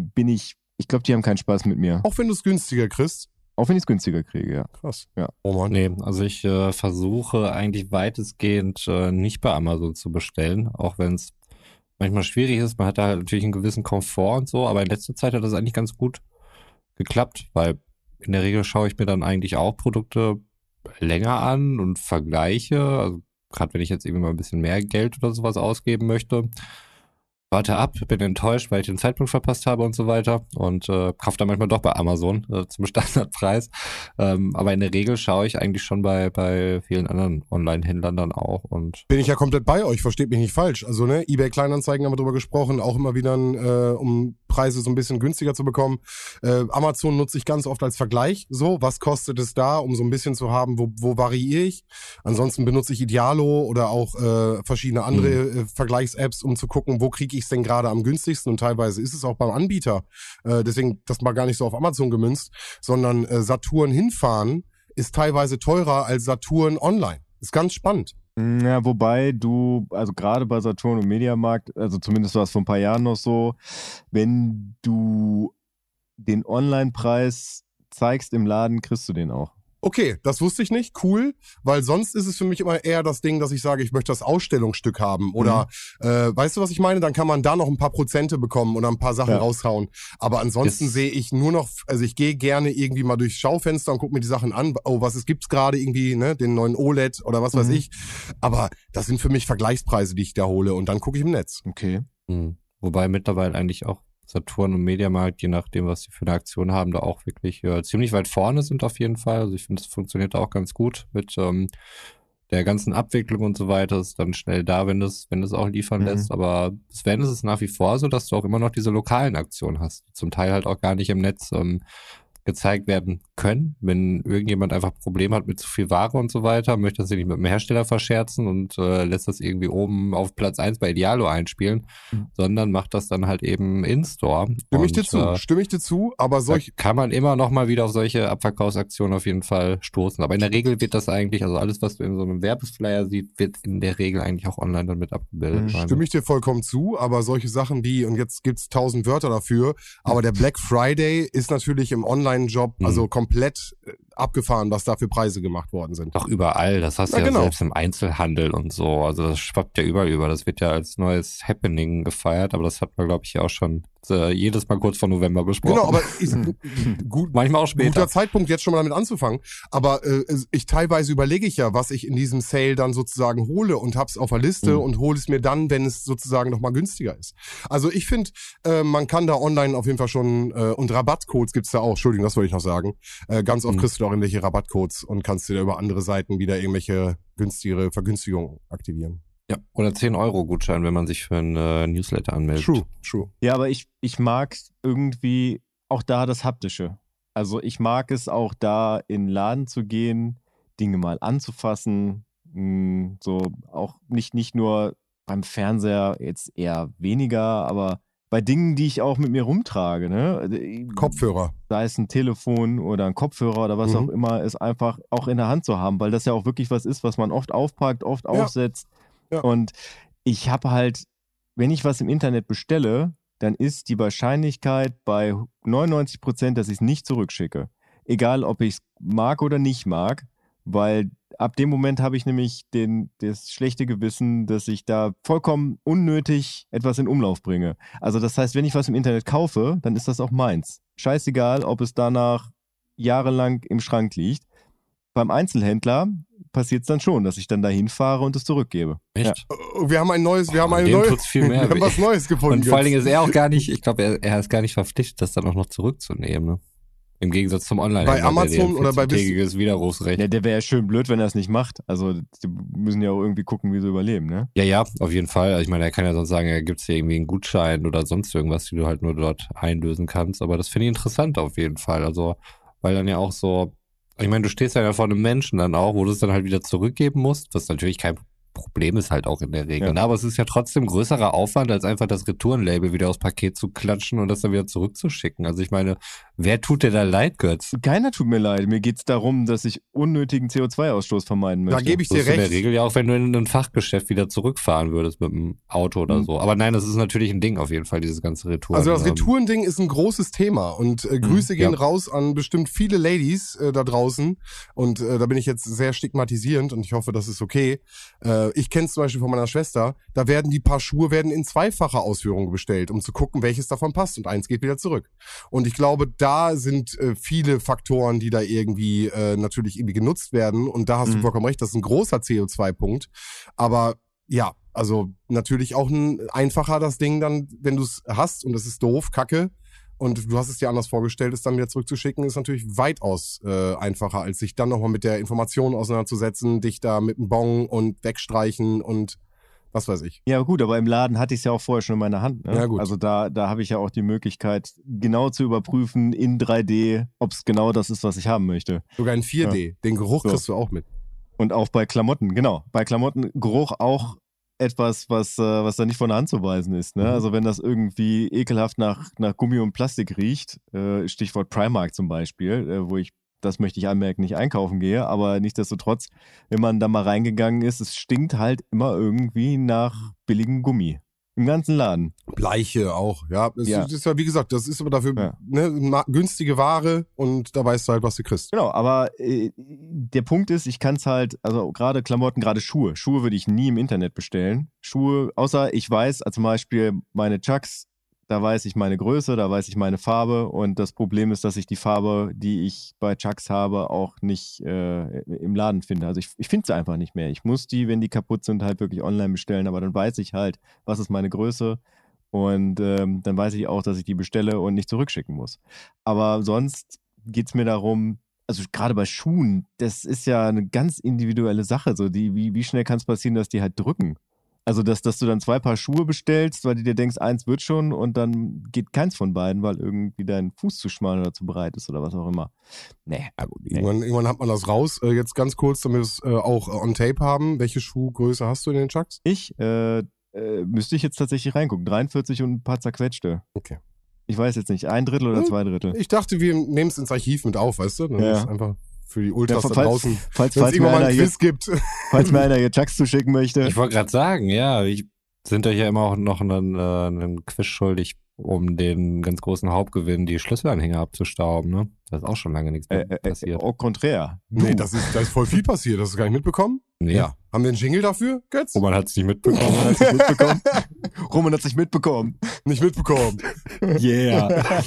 D: ich glaube, die haben keinen Spaß mit mir.
C: Auch wenn du es günstiger kriegst.
D: Auch wenn ich es günstiger kriege, ja.
C: Krass.
D: Ja.
C: Oh Mann.
A: Nee, also ich versuche eigentlich weitestgehend nicht bei Amazon zu bestellen, auch wenn es manchmal schwierig ist. Man hat da halt natürlich einen gewissen Komfort und so, aber in letzter Zeit hat das eigentlich ganz gut geklappt, weil in der Regel schaue ich mir dann eigentlich auch Produkte länger an und vergleiche. Also gerade wenn ich jetzt irgendwie mal ein bisschen mehr Geld oder sowas ausgeben möchte, warte ab, bin enttäuscht, weil ich den Zeitpunkt verpasst habe und so weiter, und kaufe dann manchmal doch bei Amazon zum Standardpreis. Aber in der Regel schaue ich eigentlich schon bei vielen anderen Online-Händlern dann auch. Und
C: Bin ich ja komplett bei euch, versteht mich nicht falsch. Also ne, eBay Kleinanzeigen haben wir drüber gesprochen, auch immer wieder, um Preise so ein bisschen günstiger zu bekommen. Amazon nutze ich ganz oft als Vergleich. So, was kostet es da, um so ein bisschen zu haben, wo variiere ich? Ansonsten benutze ich Idealo oder auch verschiedene andere Vergleichs-Apps, um zu gucken, wo kriege ich es denn gerade am günstigsten, und teilweise ist es auch beim Anbieter. Deswegen das mal gar nicht so auf Amazon gemünzt, sondern Saturn hinfahren ist teilweise teurer als Saturn online. Ist ganz spannend.
D: Ja, wobei also gerade bei Saturn und Mediamarkt, also zumindest war es vor ein paar Jahren noch so, wenn du den Online-Preis zeigst im Laden, kriegst du den auch.
C: Okay, das wusste ich nicht. Cool, weil sonst ist es für mich immer eher das Ding, dass ich sage, ich möchte das Ausstellungsstück haben. Oder weißt du, was ich meine? Dann kann man da noch ein paar Prozente bekommen oder ein paar Sachen raushauen. Aber ansonsten sehe ich nur noch, also ich gehe gerne irgendwie mal durchs Schaufenster und gucke mir die Sachen an. Oh, gibt's gerade irgendwie, ne, den neuen OLED oder was weiß ich. Aber das sind für mich Vergleichspreise, die ich da hole, und dann gucke ich im Netz.
D: Okay.
A: Wobei mittlerweile eigentlich auch Saturn und Mediamarkt, je nachdem, was sie für eine Aktion haben, da auch wirklich ziemlich weit vorne sind auf jeden Fall. Also ich finde, das funktioniert auch ganz gut mit der ganzen Abwicklung und so weiter. Ist dann schnell da, wenn das auch liefern lässt. Aber Sven, ist es nach wie vor so, dass du auch immer noch diese lokalen Aktionen hast, die zum Teil halt auch gar nicht im Netz gezeigt werden können, wenn irgendjemand einfach Probleme hat mit zu viel Ware und so weiter, möchte das nicht mit dem Hersteller verscherzen und lässt das irgendwie oben auf Platz 1 bei Idealo einspielen, sondern macht das dann halt eben in-Store.
C: Stimme ich dir zu, aber
A: kann man immer noch mal wieder auf solche Abverkaufsaktionen auf jeden Fall stoßen. Aber in der Regel wird das eigentlich, also alles, was du in so einem Werbeflyer siehst, wird in der Regel eigentlich auch online dann mit abgebildet.
C: Stimme ich dir vollkommen zu, aber solche Sachen wie, und jetzt gibt's 1000 Wörter dafür, aber der Black Friday ist natürlich im Online-Job also komplett abgefahren, was da für Preise gemacht worden sind.
A: Doch überall, das hast du ja
C: genau.
A: Selbst im Einzelhandel und so, also das schwappt ja überall über, das wird ja als neues Happening gefeiert, aber das hat man, glaube ich, ja auch schon jedes Mal kurz vor November besprochen.
C: Genau, aber ist gut,
A: manchmal auch später.
C: Guter Zeitpunkt, jetzt schon mal damit anzufangen, aber teilweise überlege ich ja, was ich in diesem Sale dann sozusagen hole, und hab's auf der Liste und hole es mir dann, wenn es sozusagen nochmal günstiger ist. Also ich finde, man kann da online auf jeden Fall schon, und Rabattcodes gibt's da auch, Entschuldigung, das wollte ich noch sagen, ganz oft kriegst du auch irgendwelche Rabattcodes und kannst dir da über andere Seiten wieder irgendwelche günstigere Vergünstigungen aktivieren.
A: Ja, oder 10-Euro-Gutschein, wenn man sich für einen Newsletter anmeldet.
C: True.
D: Ja, aber ich mag irgendwie auch da das Haptische. Also ich mag es auch da in den Laden zu gehen, Dinge mal anzufassen, so auch nicht nur beim Fernseher, jetzt eher weniger, aber bei Dingen, die ich auch mit mir rumtrage, ne?
C: Kopfhörer.
D: Sei es ein Telefon oder ein Kopfhörer oder was auch immer, ist einfach auch in der Hand zu haben, weil das ja auch wirklich was ist, was man oft aufpackt, oft aufsetzt. Ja. Und ich habe halt, wenn ich was im Internet bestelle, dann ist die Wahrscheinlichkeit bei 99%, dass ich es nicht zurückschicke. Egal, ob ich es mag oder nicht mag, weil ab dem Moment habe ich nämlich das schlechte Gewissen, dass ich da vollkommen unnötig etwas in Umlauf bringe. Also das heißt, wenn ich was im Internet kaufe, dann ist das auch meins. Scheißegal, ob es danach jahrelang im Schrank liegt, beim Einzelhändler passiert es dann schon, dass ich dann da hinfahre und es zurückgebe.
A: Echt?
C: Wir haben
A: Dem tut's viel mehr
C: wir haben
A: weh.
C: was Neues gefunden.
A: Und vor allen Dingen
C: Götz.
A: ist er auch gar nicht, ich glaube, er ist gar nicht verpflichtet, das dann auch noch zurückzunehmen. Ne? Im Gegensatz zum Online.
C: Bei Amazon oder bei
A: tägiges Widerrufsrecht.
D: Ja, der wäre ja schön blöd, wenn er es nicht macht. Also die müssen ja auch irgendwie gucken, wie sie überleben, ne?
A: Ja, auf jeden Fall. Also ich meine, er kann ja sonst sagen, er gibt dir irgendwie einen Gutschein oder sonst irgendwas, die du halt nur dort einlösen kannst. Aber das finde ich interessant auf jeden Fall. Also, weil dann ja auch so, ich meine, du stehst ja vor einem Menschen dann auch, wo du es dann halt wieder zurückgeben musst, was natürlich kein Problem ist halt auch in der Regel.
D: Ja.
A: Ne? Aber es ist ja trotzdem größerer Aufwand, als einfach das Retourenlabel wieder aufs Paket zu klatschen und das dann wieder zurückzuschicken. Also ich meine, wer tut dir da leid, Götz?
D: Keiner tut mir leid. Mir geht's darum, dass ich unnötigen CO2-Ausstoß vermeiden möchte.
C: Da gebe ich
A: Das
C: dir
A: ist in der
C: recht.
A: Regel ja auch, wenn du in ein Fachgeschäft wieder zurückfahren würdest mit dem Auto oder so. Aber nein, das ist natürlich ein Ding auf jeden Fall, dieses ganze Retouren.
C: Also das Retourending ist ein großes Thema und Grüße gehen raus an bestimmt viele Ladies da draußen und da bin ich jetzt sehr stigmatisierend und ich hoffe, das ist okay. Ich kenne es zum Beispiel von meiner Schwester, da werden die Paar Schuhe in zweifacher Ausführung bestellt, um zu gucken, welches davon passt und eins geht wieder zurück. Und ich glaube, da sind viele Faktoren, die da irgendwie natürlich irgendwie genutzt werden und da hast du vollkommen recht, das ist ein großer CO2-Punkt, aber ja, also natürlich auch ein einfacher das Ding dann, wenn du es hast und es ist doof, kacke und du hast es dir anders vorgestellt, es dann wieder zurückzuschicken, ist natürlich weitaus einfacher, als sich dann nochmal mit der Information auseinanderzusetzen, dich da mit dem Bon und wegstreichen und was weiß ich.
D: Ja gut, aber im Laden hatte ich es ja auch vorher schon in meiner Hand. Ne?
C: Ja, gut.
D: Also da habe ich ja auch die Möglichkeit, genau zu überprüfen in 3D, ob es genau das ist, was ich haben möchte.
C: Sogar in 4D, den Geruch
D: So.
C: kriegst du auch mit.
D: Und auch bei Klamotten, genau. Bei Klamotten Geruch auch etwas, was da nicht von der Hand zu weisen ist. Ne? Also wenn das irgendwie ekelhaft nach Gummi und Plastik riecht, Stichwort Primark zum Beispiel, wo ich, das möchte ich anmerken, nicht einkaufen gehe, aber nichtsdestotrotz, wenn man da mal reingegangen ist, es stinkt halt immer irgendwie nach billigem Gummi. Im ganzen Laden.
C: Bleiche auch, ja. Es
D: Ja.
C: ist ja, wie gesagt, das ist aber dafür
D: Ja.
C: günstige Ware und da weißt du halt, was du kriegst.
D: Genau, aber der Punkt ist, ich kann es halt, also gerade Klamotten, gerade Schuhe. Schuhe würde ich nie im Internet bestellen. Schuhe, außer ich weiß, zum Beispiel meine Chucks, da weiß ich meine Größe, da weiß ich meine Farbe und das Problem ist, dass ich die Farbe, die ich bei Chucks habe, auch nicht im Laden finde. Also ich finde sie einfach nicht mehr. Ich muss die, wenn die kaputt sind, halt wirklich online bestellen, aber dann weiß ich halt, was ist meine Größe und dann weiß ich auch, dass ich die bestelle und nicht zurückschicken muss. Aber sonst geht es mir darum, also gerade bei Schuhen, das ist ja eine ganz individuelle Sache. So wie schnell kann es passieren, dass die halt drücken? Also, dass du dann 2 Paar Schuhe bestellst, weil du dir denkst, eins wird schon und dann geht keins von beiden, weil irgendwie dein Fuß zu schmal oder zu breit ist oder was auch immer. Nee.
C: Ja, gut, irgendwann hat man das raus. Jetzt ganz kurz, damit wir es auch on tape haben. Welche Schuhgröße hast du in den Chucks?
D: Müsste ich jetzt tatsächlich reingucken. 43 und ein paar zerquetschte.
C: Okay.
D: Ich weiß jetzt nicht, 1/3 oder 2/3.
C: Ich dachte, wir nehmen es ins Archiv mit auf, weißt du? Das
D: Ja.
C: ist einfach für die Ultras
D: Ja,
C: da draußen.
D: falls
C: Wenn es
D: mir
C: irgendwann mal
D: einer
C: ein
D: hier,
C: Quiz gibt.
D: falls mir einer hier Chucks zuschicken möchte.
A: Ich wollte gerade sagen, ja, sind euch ja immer auch noch einen Quiz schuldig, um den ganz großen Hauptgewinn, die Schlüsselanhänger abzustauben, ne? Da ist auch schon lange nichts mehr passiert.
D: Au contraire.
C: Nee, da ist voll viel passiert. Hast du gar nicht mitbekommen?
A: Nee.
C: Ja. Haben wir einen Jingle dafür, Götz?
A: Roman hat es nicht mitbekommen.
D: Roman hat sich mitbekommen.
C: Nicht mitbekommen.
A: Yeah.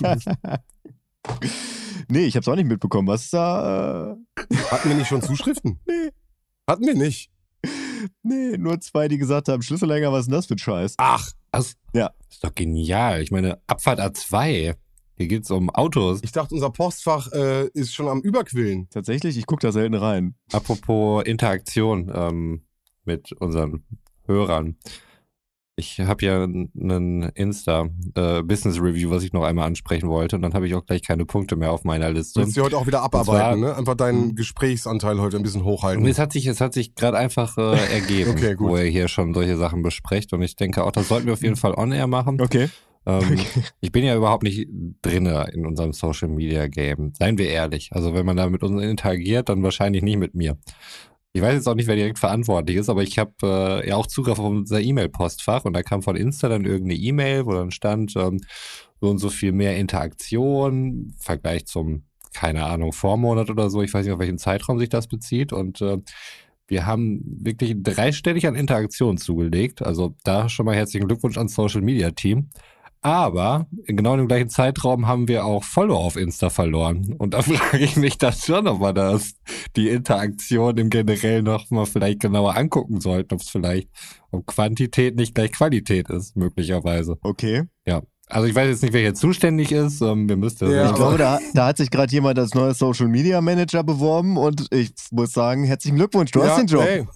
D: Nee, ich hab's auch nicht mitbekommen. Was ist da?
C: Hatten wir nicht schon Zuschriften?
D: Nee.
C: Hatten wir nicht.
D: Nee, nur 2, die gesagt haben, Schlüsselanhänger, was ist denn das für ein Scheiß?
C: Ach,
A: Das
D: Ja.
A: ist doch genial. Ich meine, Abfahrt A2. Hier geht's um Autos.
C: ich dachte, unser Postfach ist schon am Überquillen.
D: Tatsächlich, ich gucke da selten rein.
A: Apropos Interaktion mit unseren Hörern. Ich habe ja einen Insta-Business-Review, was ich noch einmal ansprechen wollte. Und dann habe ich auch gleich keine Punkte mehr auf meiner
C: Du
A: Liste.
C: willst sie heute auch wieder abarbeiten,
A: Und
C: ne? Einfach deinen Gesprächsanteil heute ein bisschen hochhalten.
A: Und es hat sich gerade einfach ergeben,
C: Okay, gut.
A: wo ihr hier schon solche Sachen besprecht. Und ich denke auch, das sollten wir auf jeden Fall on-air machen.
D: Okay.
A: Ich bin ja überhaupt nicht drinne in unserem Social-Media-Game. Seien wir ehrlich. Also wenn man da mit uns interagiert, dann wahrscheinlich nicht mit mir. Ich weiß jetzt auch nicht, wer direkt verantwortlich ist, aber ich habe ja auch Zugriff auf unser E-Mail-Postfach und da kam von Insta dann irgendeine E-Mail, wo dann stand, so und so viel mehr Interaktion im Vergleich zum, keine Ahnung, Vormonat oder so. Ich weiß nicht, auf welchen Zeitraum sich das bezieht und wir haben wirklich dreistellig an Interaktion zugelegt. Also da schon mal herzlichen Glückwunsch ans Social-Media-Team. Aber genau im gleichen Zeitraum haben wir auch Follower auf Insta verloren. Und da frage ich mich dann schon, ob wir die Interaktion im Generellen noch mal vielleicht genauer angucken sollten, ob Quantität nicht gleich Qualität ist, möglicherweise.
D: Okay.
A: Ja. Also ich weiß jetzt nicht, wer hier zuständig ist. Wir müssten das
C: Ja,
D: Ich glaube, da hat sich gerade jemand als neuer Social Media Manager beworben und ich muss sagen, herzlichen Glückwunsch, du hast den Job.
C: Ey,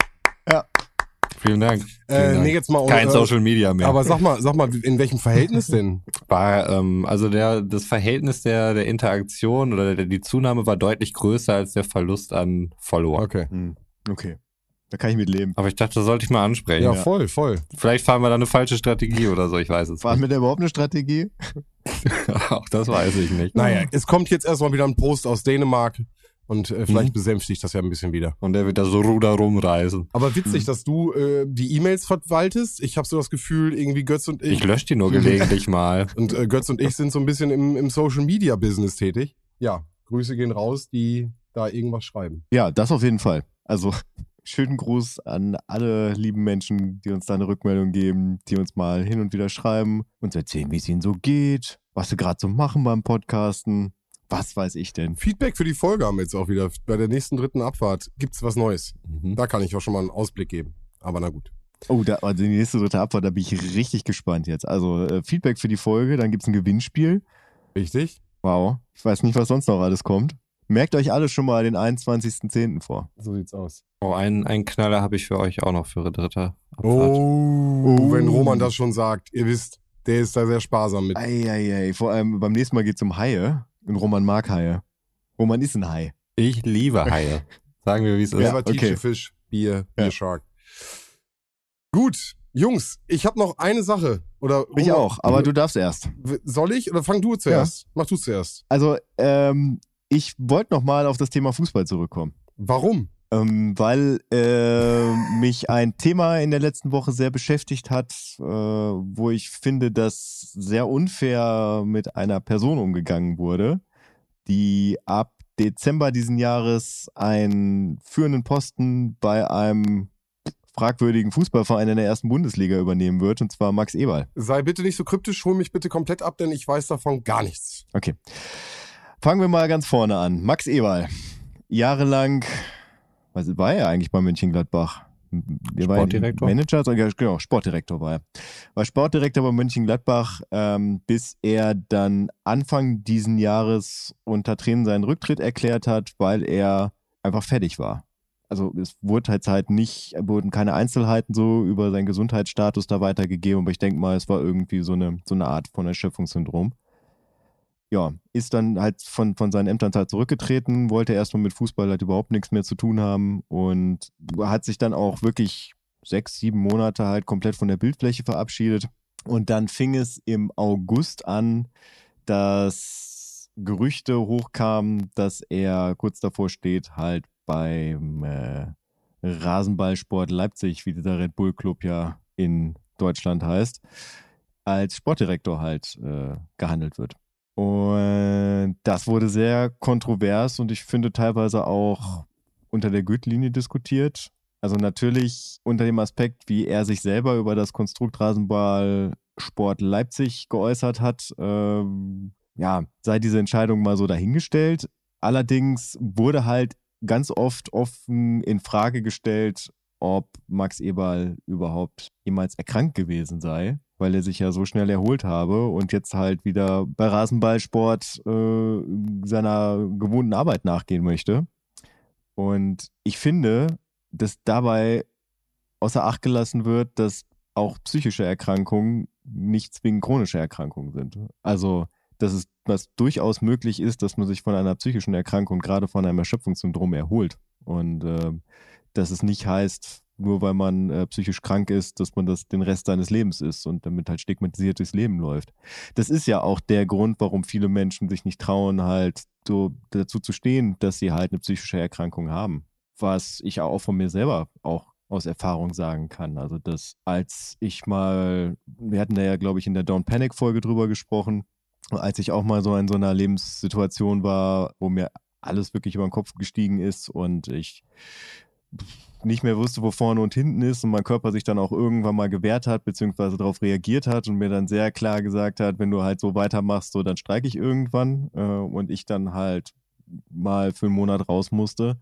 A: Vielen Dank. Vielen Dank.
C: nee, jetzt mal
A: Kein Social Media mehr.
C: Aber sag mal, in welchem Verhältnis denn?
A: War, also das Verhältnis der Interaktion oder die Zunahme war deutlich größer als der Verlust an Follower.
C: Okay.
D: Okay. Da kann ich mit leben.
A: Aber ich dachte, das sollte ich mal ansprechen.
C: Ja, voll.
A: Vielleicht fahren wir da eine falsche Strategie oder so, ich weiß es
D: War
A: nicht.
D: mit der überhaupt eine Strategie?
A: Auch das weiß ich nicht.
C: Naja, es kommt jetzt erstmal wieder ein Post aus Dänemark und vielleicht besänftigt das ja ein bisschen wieder.
A: Und der wird da so Ruder rumreißen.
C: Aber witzig, dass du die E-Mails verwaltest. Ich habe so das Gefühl, irgendwie Götz und
A: Ich lösche die nur gelegentlich mal.
C: und Götz und ich sind so ein bisschen im Social-Media-Business tätig. Ja, Grüße gehen raus, die da irgendwas schreiben.
D: Ja, das auf jeden Fall. Also schönen Gruß an alle lieben Menschen, die uns da eine Rückmeldung geben, die uns mal hin und wieder schreiben, uns erzählen, wie es ihnen so geht, was sie gerade so machen beim Podcasten. Was weiß ich denn?
C: Feedback für die Folge haben wir jetzt auch wieder. Bei der nächsten 3. Abfahrt gibt's was Neues.
A: Mhm.
C: Da kann ich auch schon mal einen Ausblick geben. Aber na gut.
D: Oh, also die nächste 3. Abfahrt, da bin ich richtig gespannt jetzt. Also Feedback für die Folge, dann gibt's ein Gewinnspiel.
C: Richtig?
D: Wow, ich weiß nicht, was sonst noch alles kommt. Merkt euch alle schon mal den 21.10. vor.
C: So sieht's aus.
A: Oh, einen Knaller habe ich für euch auch noch für eine 3. Abfahrt.
C: Oh, wenn Roman das schon sagt. Ihr wisst, der ist da sehr sparsam mit.
D: Eieiei, vor allem beim nächsten Mal geht's um Haie. Und Roman mag Haie. Roman ist ein Hai.
A: Ich liebe Haie. Sagen wir, wie es ist.
C: Levertiche
D: okay.
C: Fisch, Bier
D: Ja.
C: Shark. Gut, Jungs, ich habe noch eine Sache. Oder
D: Ich
C: Roman,
D: auch, aber du darfst erst.
C: Soll ich oder fang du zuerst? Mach du zuerst.
D: Also, ich wollte nochmal auf das Thema Fußball zurückkommen.
C: Warum?
D: Weil mich ein Thema in der letzten Woche sehr beschäftigt hat, wo ich finde, dass sehr unfair mit einer Person umgegangen wurde, die ab Dezember diesen Jahres einen führenden Posten bei einem fragwürdigen Fußballverein in der 1. Bundesliga übernehmen wird, und zwar Max Eberl.
C: Sei bitte nicht so kryptisch, hol mich bitte komplett ab, denn ich weiß davon gar nichts.
D: Okay. Fangen wir mal ganz vorne an. Max Eberl. Jahrelang, was war er eigentlich bei Mönchengladbach? Er war
A: Sportdirektor?
D: Manager, genau, Sportdirektor war er. War Sportdirektor bei Mönchengladbach, bis er dann Anfang diesen Jahres unter Tränen seinen Rücktritt erklärt hat, weil er einfach fertig war. Also es wurden keine Einzelheiten so über seinen Gesundheitsstatus da weitergegeben, aber ich denke mal, es war irgendwie so eine Art von Erschöpfungssyndrom. Ja, ist dann halt von seinen Ämtern halt zurückgetreten, wollte erstmal mit Fußball halt überhaupt nichts mehr zu tun haben und hat sich dann auch wirklich 6, 7 Monate halt komplett von der Bildfläche verabschiedet. Und dann fing es im August an, dass Gerüchte hochkamen, dass er kurz davor steht, halt beim Rasenballsport Leipzig, wie dieser Red Bull Club ja in Deutschland heißt, als Sportdirektor halt gehandelt wird. Und das wurde sehr kontrovers und ich finde teilweise auch unter der Gürtellinie diskutiert. Also natürlich unter dem Aspekt, wie er sich selber über das Konstrukt Rasenballsport Leipzig geäußert hat, sei diese Entscheidung mal so dahingestellt. Allerdings wurde halt ganz oft offen in Frage gestellt, ob Max Eberl überhaupt jemals erkrankt gewesen sei, weil er sich ja so schnell erholt habe und jetzt halt wieder bei Rasenballsport seiner gewohnten Arbeit nachgehen möchte. Und ich finde, dass dabei außer Acht gelassen wird, dass auch psychische Erkrankungen nicht zwingend chronische Erkrankungen sind. Also, dass es was durchaus möglich ist, dass man sich von einer psychischen Erkrankung, gerade von einem Erschöpfungssyndrom erholt. Und dass es nicht heißt, nur weil man psychisch krank ist, dass man das den Rest seines Lebens ist und damit halt stigmatisiert durchs Leben läuft. Das ist ja auch der Grund, warum viele Menschen sich nicht trauen, halt so dazu zu stehen, dass sie halt eine psychische Erkrankung haben. Was ich auch von mir selber auch aus Erfahrung sagen kann. Also wir hatten da ja, glaube ich, in der Don't Panic Folge drüber gesprochen, als ich auch mal so in so einer Lebenssituation war, wo mir alles wirklich über den Kopf gestiegen ist und ich nicht mehr wusste, wo vorne und hinten ist und mein Körper sich dann auch irgendwann mal gewehrt hat, beziehungsweise darauf reagiert hat und mir dann sehr klar gesagt hat, wenn du halt so weitermachst, so dann streike ich irgendwann und ich dann halt mal für einen Monat raus musste.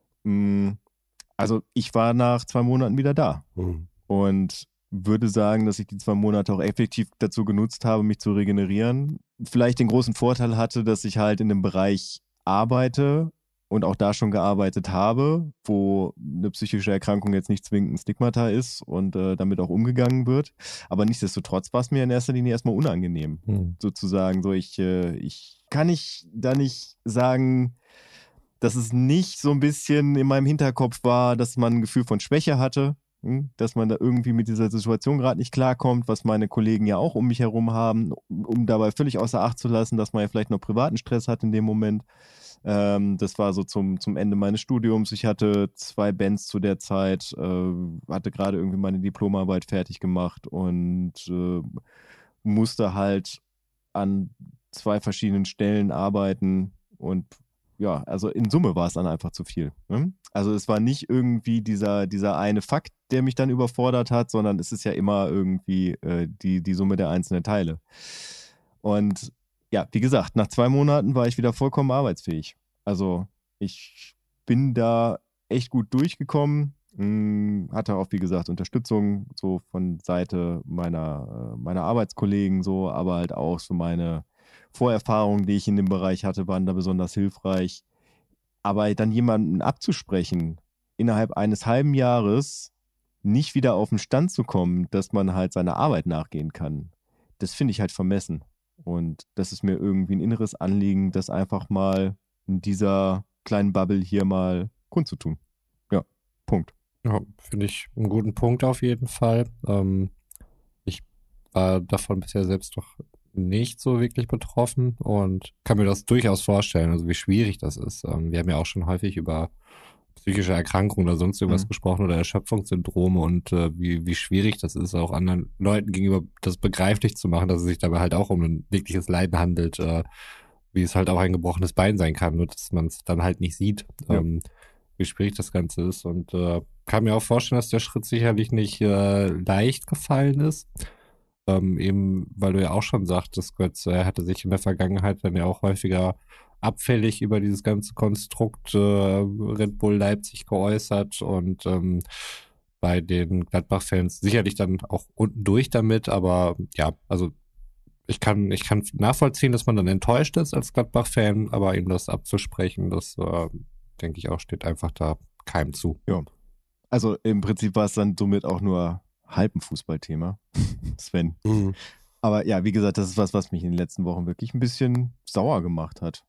D: Also ich war nach 2 Monaten wieder da und würde sagen, dass ich die 2 Monate auch effektiv dazu genutzt habe, mich zu regenerieren. Vielleicht den großen Vorteil hatte, dass ich halt in dem Bereich arbeite und auch da schon gearbeitet habe, wo eine psychische Erkrankung jetzt nicht zwingend ein Stigmata ist und damit auch umgegangen wird. Aber nichtsdestotrotz war es mir in erster Linie erstmal unangenehm, sozusagen. So, ich kann da nicht sagen, dass es nicht so ein bisschen in meinem Hinterkopf war, dass man ein Gefühl von Schwäche hatte, dass man da irgendwie mit dieser Situation gerade nicht klarkommt, was meine Kollegen ja auch um mich herum haben, um dabei völlig außer Acht zu lassen, dass man ja vielleicht noch privaten Stress hat in dem Moment. Das war so zum Ende meines Studiums. Ich hatte 2 Bands zu der Zeit, hatte gerade irgendwie meine Diplomarbeit fertig gemacht und musste halt an 2 verschiedenen Stellen arbeiten und ja, also in Summe war es dann einfach zu viel. Ne? Also es war nicht irgendwie dieser eine Fakt, der mich dann überfordert hat, sondern es ist ja immer irgendwie die Summe der einzelnen Teile. Und ja, wie gesagt, nach 2 Monaten war ich wieder vollkommen arbeitsfähig. Also ich bin da echt gut durchgekommen, hatte auch, wie gesagt, Unterstützung so von Seite meiner Arbeitskollegen so, aber halt auch so meine Vorerfahrungen, die ich in dem Bereich hatte, waren da besonders hilfreich. Aber dann jemanden abzusprechen, innerhalb eines halben Jahres nicht wieder auf den Stand zu kommen, dass man halt seiner Arbeit nachgehen kann, das finde ich halt vermessen. Und das ist mir irgendwie ein inneres Anliegen, das einfach mal in dieser kleinen Bubble hier mal kundzutun. Ja, Punkt.
A: Ja, finde ich einen guten Punkt auf jeden Fall. Ich war davon bisher selbst doch nicht so wirklich betroffen und kann mir das durchaus vorstellen, also wie schwierig das ist. Wir haben ja auch schon häufig über psychische Erkrankungen oder sonst irgendwas gesprochen oder Erschöpfungssyndrome und wie schwierig das ist, auch anderen Leuten gegenüber das begreiflich zu machen, dass es sich dabei halt auch um ein wirkliches Leiden handelt, wie es halt auch ein gebrochenes Bein sein kann, nur dass man es dann halt nicht sieht, wie schwierig das Ganze ist und kann mir auch vorstellen, dass der Schritt sicherlich nicht leicht gefallen ist. Eben, weil du ja auch schon sagtest, Götz, er hatte sich in der Vergangenheit dann ja auch häufiger abfällig über dieses ganze Konstrukt Red Bull Leipzig geäußert und bei den Gladbach-Fans sicherlich dann auch unten durch damit, aber ja, also ich kann nachvollziehen, dass man dann enttäuscht ist als Gladbach-Fan, aber ihm das abzusprechen, das denke ich auch, steht einfach da keinem zu.
D: Ja, also im Prinzip war es dann somit auch nur halb ein Fußballthema, Sven. Aber ja, wie gesagt, das ist was mich in den letzten Wochen wirklich ein bisschen sauer gemacht hat.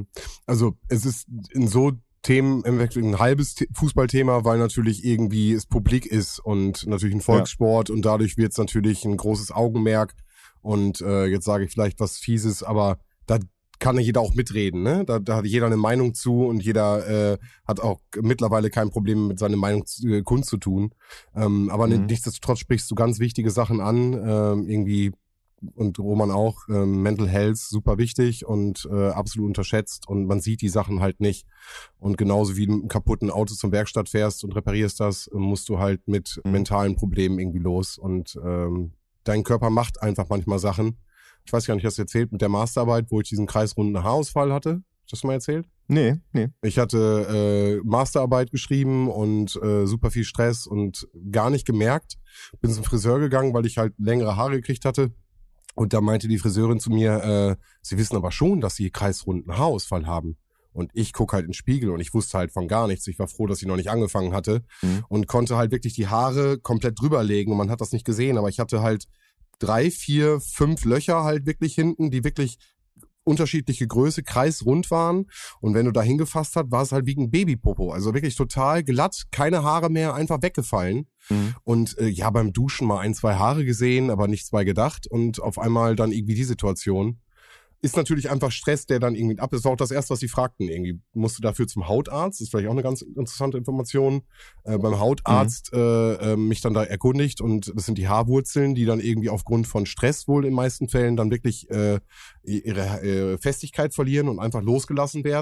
C: Also es ist in so Themen im Endeffekt ein halbes Fußballthema, weil natürlich irgendwie es publik ist und natürlich ein Volkssport und dadurch wird es natürlich ein großes Augenmerk und jetzt sage ich vielleicht was Fieses, aber da kann jeder auch mitreden, ne? Da hat jeder eine Meinung zu und jeder hat auch mittlerweile kein Problem mit seiner Meinung kundzutun. Aber nichtsdestotrotz sprichst du ganz wichtige Sachen an, irgendwie und Roman auch, Mental Health super wichtig und absolut unterschätzt und man sieht die Sachen halt nicht. Und genauso wie du mit einem kaputten Auto zum Werkstatt fährst und reparierst das, musst du halt mit mentalen Problemen irgendwie los und dein Körper macht einfach manchmal Sachen. Ich weiß gar nicht, hast du erzählt mit der Masterarbeit, wo ich diesen kreisrunden Haarausfall hatte? Hast du das mal erzählt?
D: Nee.
C: Ich hatte Masterarbeit geschrieben und super viel Stress und gar nicht gemerkt. Bin zum Friseur gegangen, weil ich halt längere Haare gekriegt hatte. Und da meinte die Friseurin zu mir, sie wissen aber schon, dass sie kreisrunden Haarausfall haben. Und ich gucke halt in den Spiegel und ich wusste halt von gar nichts. Ich war froh, dass ich noch nicht angefangen hatte und konnte halt wirklich die Haare komplett drüberlegen und man hat das nicht gesehen. Aber ich hatte halt 3, 4, 5 Löcher halt wirklich hinten, die wirklich unterschiedliche Größe, kreisrund waren. Und wenn du da hingefasst hast, war es halt wie ein Babypopo. Also wirklich total glatt, keine Haare mehr, einfach weggefallen. Und ja, beim Duschen mal 1, 2 Haare gesehen, aber nichts bei gedacht. Und auf einmal dann irgendwie die Situation. Ist natürlich einfach Stress, der dann irgendwie ab. Das war auch das Erste, was sie fragten. Irgendwie musst du dafür zum Hautarzt. Das ist vielleicht auch eine ganz interessante Information. Beim Hautarzt mich dann da erkundigt und das sind die Haarwurzeln, die dann irgendwie aufgrund von Stress wohl in den meisten Fällen dann wirklich ihre Festigkeit verlieren und einfach losgelassen werden.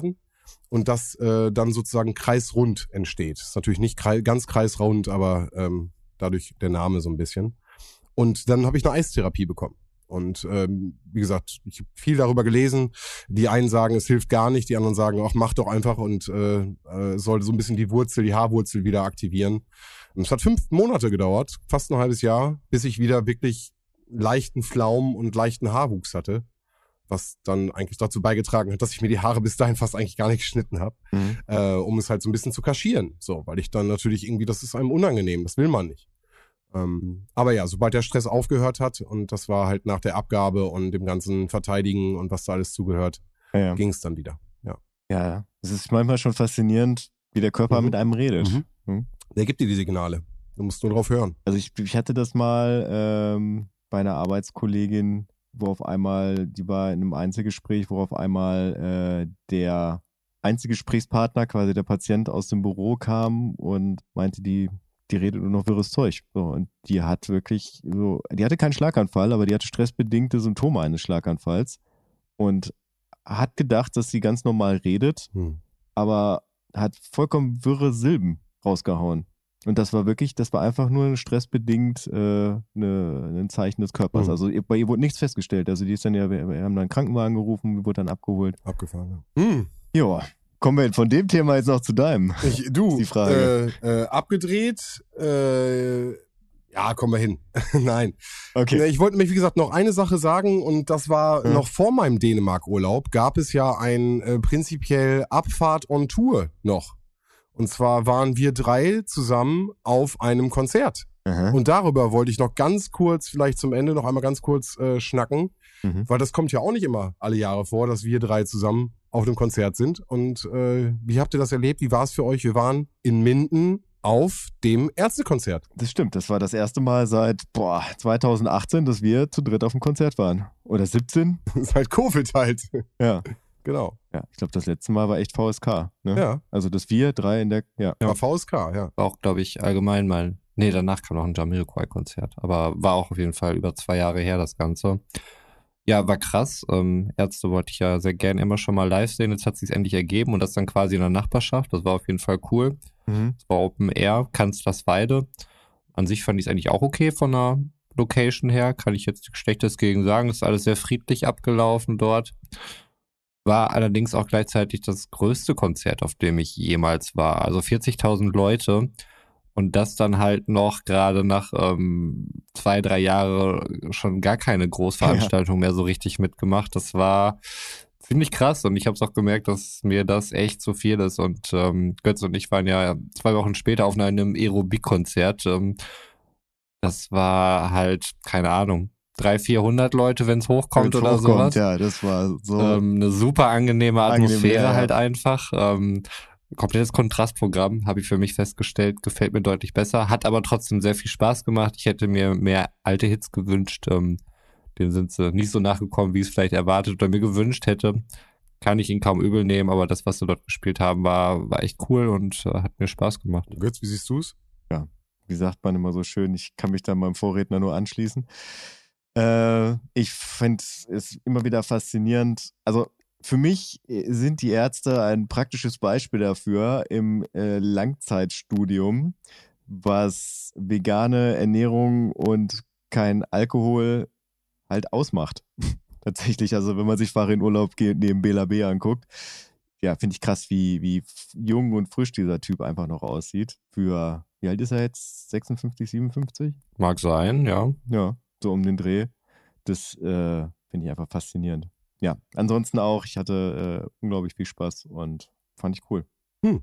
C: und das dann sozusagen kreisrund entsteht. Ist natürlich nicht ganz kreisrund, aber dadurch der Name so ein bisschen. Und dann habe ich eine Eistherapie bekommen. Und wie gesagt, ich habe viel darüber gelesen. Die einen sagen, es hilft gar nicht, die anderen sagen, ach, mach doch einfach und soll so ein bisschen die Haarwurzel wieder aktivieren. Und es hat 5 Monate gedauert, fast ein halbes Jahr, bis ich wieder wirklich leichten Flaum und leichten Haarwuchs hatte, was dann eigentlich dazu beigetragen hat, dass ich mir die Haare bis dahin fast eigentlich gar nicht geschnitten habe, um es halt so ein bisschen zu kaschieren. So, weil ich dann natürlich irgendwie, das ist einem unangenehm, das will man nicht. Aber ja, sobald der Stress aufgehört hat, und das war halt nach der Abgabe und dem ganzen Verteidigen und was da alles zugehört, ging es dann wieder.
D: Ja, es ist manchmal schon faszinierend, wie der Körper mit einem redet.
C: Der gibt dir die Signale. Du musst nur drauf hören.
D: Also ich hatte das mal bei einer Arbeitskollegin, wo auf einmal, die war in einem Einzelgespräch, wo auf einmal der Einzelgesprächspartner, quasi der Patient aus dem Büro kam und meinte, die redet nur noch wirres Zeug. So, und die hat wirklich so, die hatte keinen Schlaganfall, aber die hatte stressbedingte Symptome eines Schlaganfalls und hat gedacht, dass sie ganz normal redet, aber hat vollkommen wirre Silben rausgehauen. Und das war einfach nur stressbedingt ein Zeichen des Körpers. Also bei ihr wurde nichts festgestellt. Also die ist dann ja, wir haben dann einen Krankenwagen gerufen, wurde dann abgeholt.
C: Abgefahren,
D: Ja. Kommen wir von dem Thema jetzt noch zu deinem?
C: Die
D: Frage.
C: Abgedreht, ja, kommen wir hin. Nein.
D: Okay.
C: Ich wollte mich, wie gesagt, noch eine Sache sagen, und das war noch vor meinem Dänemark-Urlaub, gab es ja ein prinzipiell Abfahrt on Tour noch. Und zwar waren wir 3 zusammen auf einem Konzert. Und darüber wollte ich noch ganz kurz, vielleicht zum Ende noch einmal ganz kurz schnacken, weil das kommt ja auch nicht immer alle Jahre vor, dass wir 3 zusammen auf einem Konzert sind. Und wie habt ihr das erlebt? Wie war es für euch? Wir waren in Minden auf dem Ärztekonzert.
D: Das stimmt, das war das erste Mal seit 2018, dass wir zu dritt auf dem Konzert waren. Oder 17?
C: Seit Covid halt.
D: Ja.
C: Genau.
D: Ja, ich glaube, das letzte Mal war echt VSK. Ne?
C: Ja.
D: Also, dass wir 3 in der,
C: War VSK, ja.
A: War auch, glaube ich, allgemein mal. Nee, danach kam noch ein Jamiroquai-Konzert. Aber war auch auf jeden Fall über 2 Jahre her, das Ganze. Ja, war krass. Ärzte wollte ich ja sehr gerne immer schon mal live sehen. Jetzt hat es sich endlich ergeben, und das dann quasi in der Nachbarschaft. Das war auf jeden Fall cool. Es war Open Air, Kanzlersweide. An sich fand ich es eigentlich auch okay von der Location her. Kann ich jetzt Schlechtes gegen sagen. Ist alles sehr friedlich abgelaufen dort. War allerdings auch gleichzeitig das größte Konzert, auf dem ich jemals war. Also 40.000 Leute. Und das dann halt noch gerade nach 2-3 Jahre schon gar keine Großveranstaltung mehr so richtig mitgemacht. Das war ziemlich krass, und ich habe es auch gemerkt, dass mir das echt zu viel ist. Und Götz und ich waren ja 2 Wochen später auf einem Aerobik-Konzert. Das war halt, keine Ahnung, 300-400 Leute, wenn es hochkommt oder sowas.
D: Ja, das war so
A: eine super angenehme Atmosphäre halt einfach. Komplettes Kontrastprogramm, habe ich für mich festgestellt, gefällt mir deutlich besser, hat aber trotzdem sehr viel Spaß gemacht. Ich hätte mir mehr alte Hits gewünscht, denen sind sie nicht so nachgekommen, wie ich es vielleicht erwartet oder mir gewünscht hätte. Kann ich ihn kaum übel nehmen, aber das, was sie dort gespielt haben, war echt cool und hat mir Spaß gemacht.
C: Götz, wie siehst du es?
D: Ja, wie sagt man immer so schön, ich kann mich da meinem Vorredner nur anschließen. Ich finde es immer wieder faszinierend, also für mich sind die Ärzte ein praktisches Beispiel dafür im Langzeitstudium, was vegane Ernährung und kein Alkohol halt ausmacht. Tatsächlich, also wenn man sich Fahrenurlaub neben Bela B anguckt, ja, finde ich krass, wie jung und frisch dieser Typ einfach noch aussieht. Für, wie alt ist er jetzt? 56, 57?
A: Mag sein, ja.
D: Ja, so um den Dreh. Das finde ich einfach faszinierend. Ja, ansonsten auch, ich hatte unglaublich viel Spaß und fand ich cool.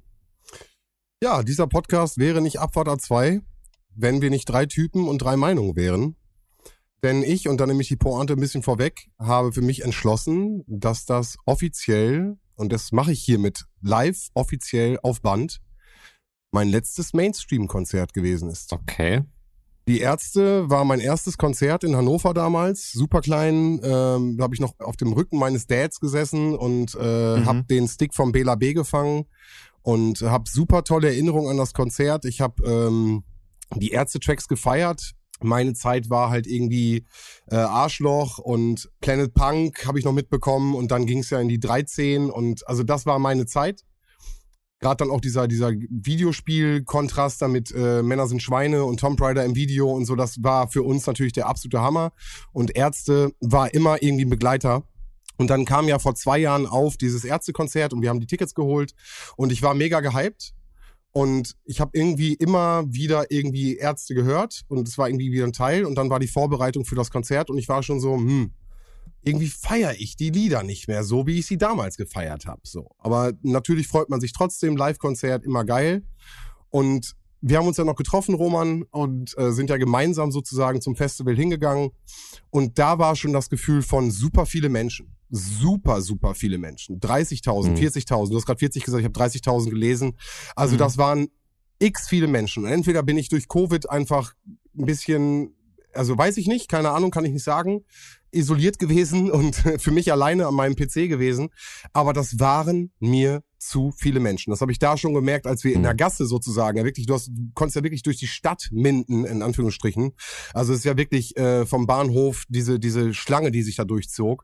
C: Ja, dieser Podcast wäre nicht Abfahrt A2, wenn wir nicht 3 Typen und 3 Meinungen wären. Denn ich, und dann nehme ich die Pointe ein bisschen vorweg, habe für mich entschlossen, dass das offiziell, und das mache ich hiermit live, offiziell auf Band, mein letztes Mainstream-Konzert gewesen ist.
A: Okay.
C: Die Ärzte war mein erstes Konzert in Hannover damals, super klein, da habe ich noch auf dem Rücken meines Dads gesessen und habe den Stick vom Bela B gefangen und habe super tolle Erinnerungen an das Konzert. Ich habe die Ärzte-Tracks gefeiert, Meine Zeit war halt irgendwie Arschloch und Planet Punk habe ich noch mitbekommen und dann ging es ja in die 13 und also das war meine Zeit. Gerade dann auch dieser Videospiel-Kontrast da mit Männer sind Schweine und Tomb Raider im Video und so, das war für uns natürlich der absolute Hammer. Und Ärzte war immer irgendwie ein Begleiter. Und dann kam ja vor 2 Jahren auf dieses Ärztekonzert und wir haben die Tickets geholt und ich war mega gehypt. Und ich habe irgendwie immer wieder irgendwie Ärzte gehört und es war irgendwie wieder ein Teil und dann war die Vorbereitung für das Konzert und ich war schon so, irgendwie feiere ich die Lieder nicht mehr so, wie ich sie damals gefeiert habe. So. Aber natürlich freut man sich trotzdem, Live-Konzert, immer geil. Und wir haben uns ja noch getroffen, Roman, und sind ja gemeinsam sozusagen zum Festival hingegangen. Und da war schon das Gefühl von super viele Menschen. Super, super viele Menschen. 30.000, 40.000. Du hast gerade 40 gesagt, ich habe 30.000 gelesen. Also das waren x viele Menschen. Und entweder bin ich durch Covid einfach ein bisschen, also weiß ich nicht, keine Ahnung, kann ich nicht sagen, isoliert gewesen und für mich alleine an meinem PC gewesen. Aber das waren mir zu viele Menschen. Das habe ich da schon gemerkt, als wir in der Gasse sozusagen, ja wirklich, du konntest ja wirklich durch die Stadt minden, in Anführungsstrichen. Also es ist ja wirklich vom Bahnhof diese Schlange, die sich da durchzog.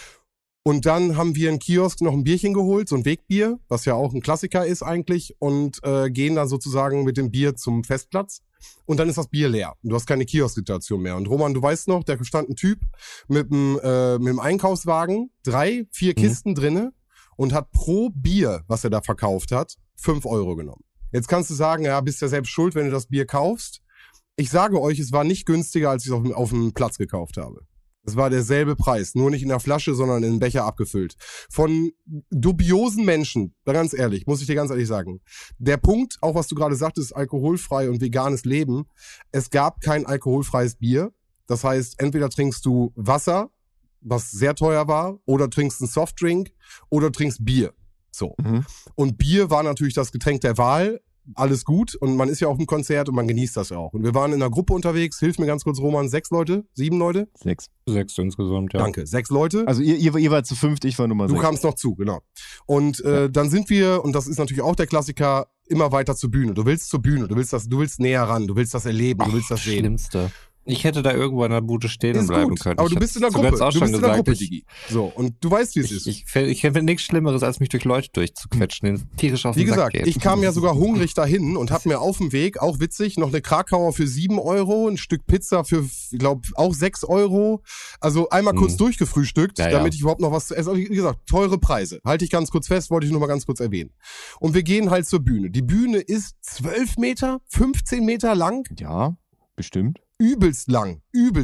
C: Und dann haben wir in Kiosk noch ein Bierchen geholt, so ein Wegbier, was ja auch ein Klassiker ist eigentlich, und gehen dann sozusagen mit dem Bier zum Festplatz. Und dann ist das Bier leer. Und du hast keine Kiosk-Situation mehr. Und Roman, du weißt noch, da stand ein Typ mit dem Einkaufswagen, 3, 4 Kisten drinne und hat pro Bier, was er da verkauft hat, 5 Euro genommen. Jetzt kannst du sagen, ja, bist ja selbst schuld, wenn du das Bier kaufst. Ich sage euch, es war nicht günstiger, als ich es auf dem Platz gekauft habe. Es war derselbe Preis, nur nicht in der Flasche, sondern in den Becher abgefüllt. Von dubiosen Menschen, ganz ehrlich, muss ich dir ganz ehrlich sagen. Der Punkt, auch was du gerade sagtest, alkoholfrei und veganes Leben, es gab kein alkoholfreies Bier. Das heißt, entweder trinkst du Wasser, was sehr teuer war, oder trinkst einen Softdrink, oder trinkst Bier. So. Und Bier war natürlich das Getränk der Wahl. Alles gut und man ist ja auf dem Konzert und man genießt das ja auch. Und wir waren in einer Gruppe unterwegs, hilf mir ganz kurz, Roman, 6 Leute, 7 Leute?
D: 6
A: insgesamt, ja.
C: Danke, 6 Leute.
D: Also ihr wart zu 5, ich war Nummer 6.
C: Du kamst noch zu, genau. Und dann sind wir, und das ist natürlich auch der Klassiker, immer weiter zur Bühne. Du willst zur Bühne, du willst näher ran, du willst das erleben, du willst das sehen.
A: Schlimmste. Ich hätte da irgendwo in der Bude stehen bleiben können.
C: Aber du bist in der Gruppe. Du bist in der Gruppe, Digi. So, und du weißt, wie es ist.
A: Ich finde nichts Schlimmeres, als mich durch Leute durchzuquetschen, denen tierisch auf den Sack geht.
C: Wie gesagt, ich kam ja sogar hungrig dahin und hab mir auf dem Weg, auch witzig, noch eine Krakauer für 7 Euro, ein Stück Pizza für, ich glaube, auch 6 Euro. Also einmal kurz durchgefrühstückt, damit ich überhaupt noch was zu essen. Also, wie gesagt, teure Preise. Halte ich ganz kurz fest, wollte ich nur mal ganz kurz erwähnen. Und wir gehen halt zur Bühne. Die Bühne ist 12 Meter, 15 Meter lang.
D: Ja, bestimmt.
C: Übelst lang.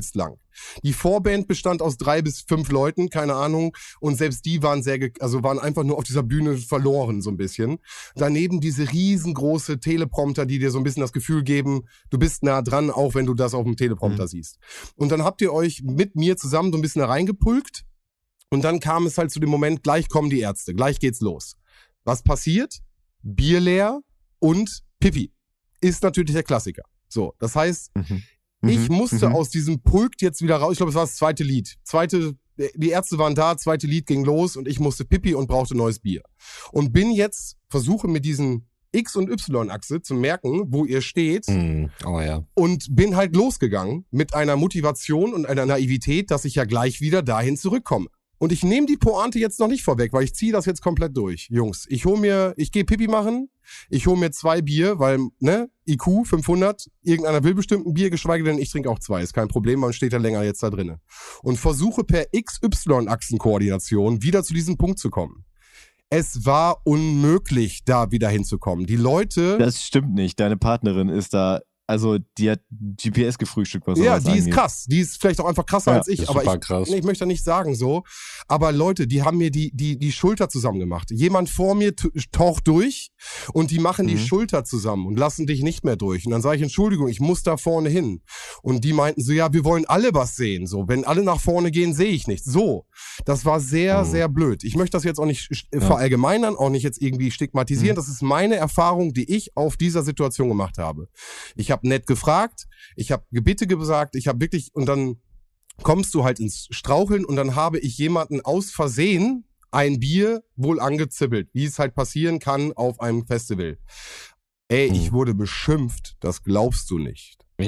C: Die Vorband bestand aus 3 bis 5 Leuten, keine Ahnung. Und selbst die waren waren einfach nur auf dieser Bühne verloren, so ein bisschen. Daneben diese riesengroße Teleprompter, die dir so ein bisschen das Gefühl geben, du bist nah dran, auch wenn du das auf dem Teleprompter siehst. Und dann habt ihr euch mit mir zusammen so ein bisschen da reingepulkt. Und dann kam es halt zu dem Moment, gleich kommen die Ärzte, gleich geht's los. Was passiert? Bier leer und Pipi. Ist natürlich der Klassiker. So, das heißt, ich musste aus diesem Pulk jetzt wieder raus. Ich glaube, es war das zweite Lied. Die Ärzte waren da, zweite Lied ging los und ich musste Pipi und brauchte neues Bier. Und versuche mit diesen X- und Y-Achse zu merken, wo ihr steht.
A: Oh ja.
C: Und bin halt losgegangen mit einer Motivation und einer Naivität, dass ich ja gleich wieder dahin zurückkomme. Und ich nehme die Pointe jetzt noch nicht vorweg, weil ich ziehe das jetzt komplett durch. Jungs, ich gehe Pipi machen, ich hole mir 2 Bier, weil, IQ 500, irgendeiner will bestimmt ein Bier, geschweige denn ich trinke auch 2, ist kein Problem, man steht ja länger jetzt da drinne. Und versuche per XY-Achsenkoordination wieder zu diesem Punkt zu kommen. Es war unmöglich, da wieder hinzukommen. Die Leute...
D: Das stimmt nicht, deine Partnerin ist da... Also, die hat GPS gefrühstückt, was
C: ja,
D: sowas
C: die ist krass. Die ist vielleicht auch einfach krasser als ich. Aber ich möchte ja nicht sagen so. Aber Leute, die haben mir die Schulter zusammen gemacht. Jemand vor mir taucht durch und die machen die Schulter zusammen und lassen dich nicht mehr durch. Und dann sage ich, Entschuldigung, ich muss da vorne hin. Und die meinten so, ja, wir wollen alle was sehen. So, wenn alle nach vorne gehen, sehe ich nichts. So, das war sehr, sehr blöd. Ich möchte das jetzt auch nicht verallgemeinern, auch nicht jetzt irgendwie stigmatisieren. Das ist meine Erfahrung, die ich auf dieser Situation gemacht habe. Ich habe nett gefragt, ich habe Bitte gesagt, ich habe wirklich, und dann kommst du halt ins Straucheln und dann habe ich jemanden aus Versehen ein Bier wohl angezibbelt, wie es halt passieren kann auf einem Festival. Ey, ich wurde beschimpft, das glaubst du nicht.
A: Echt?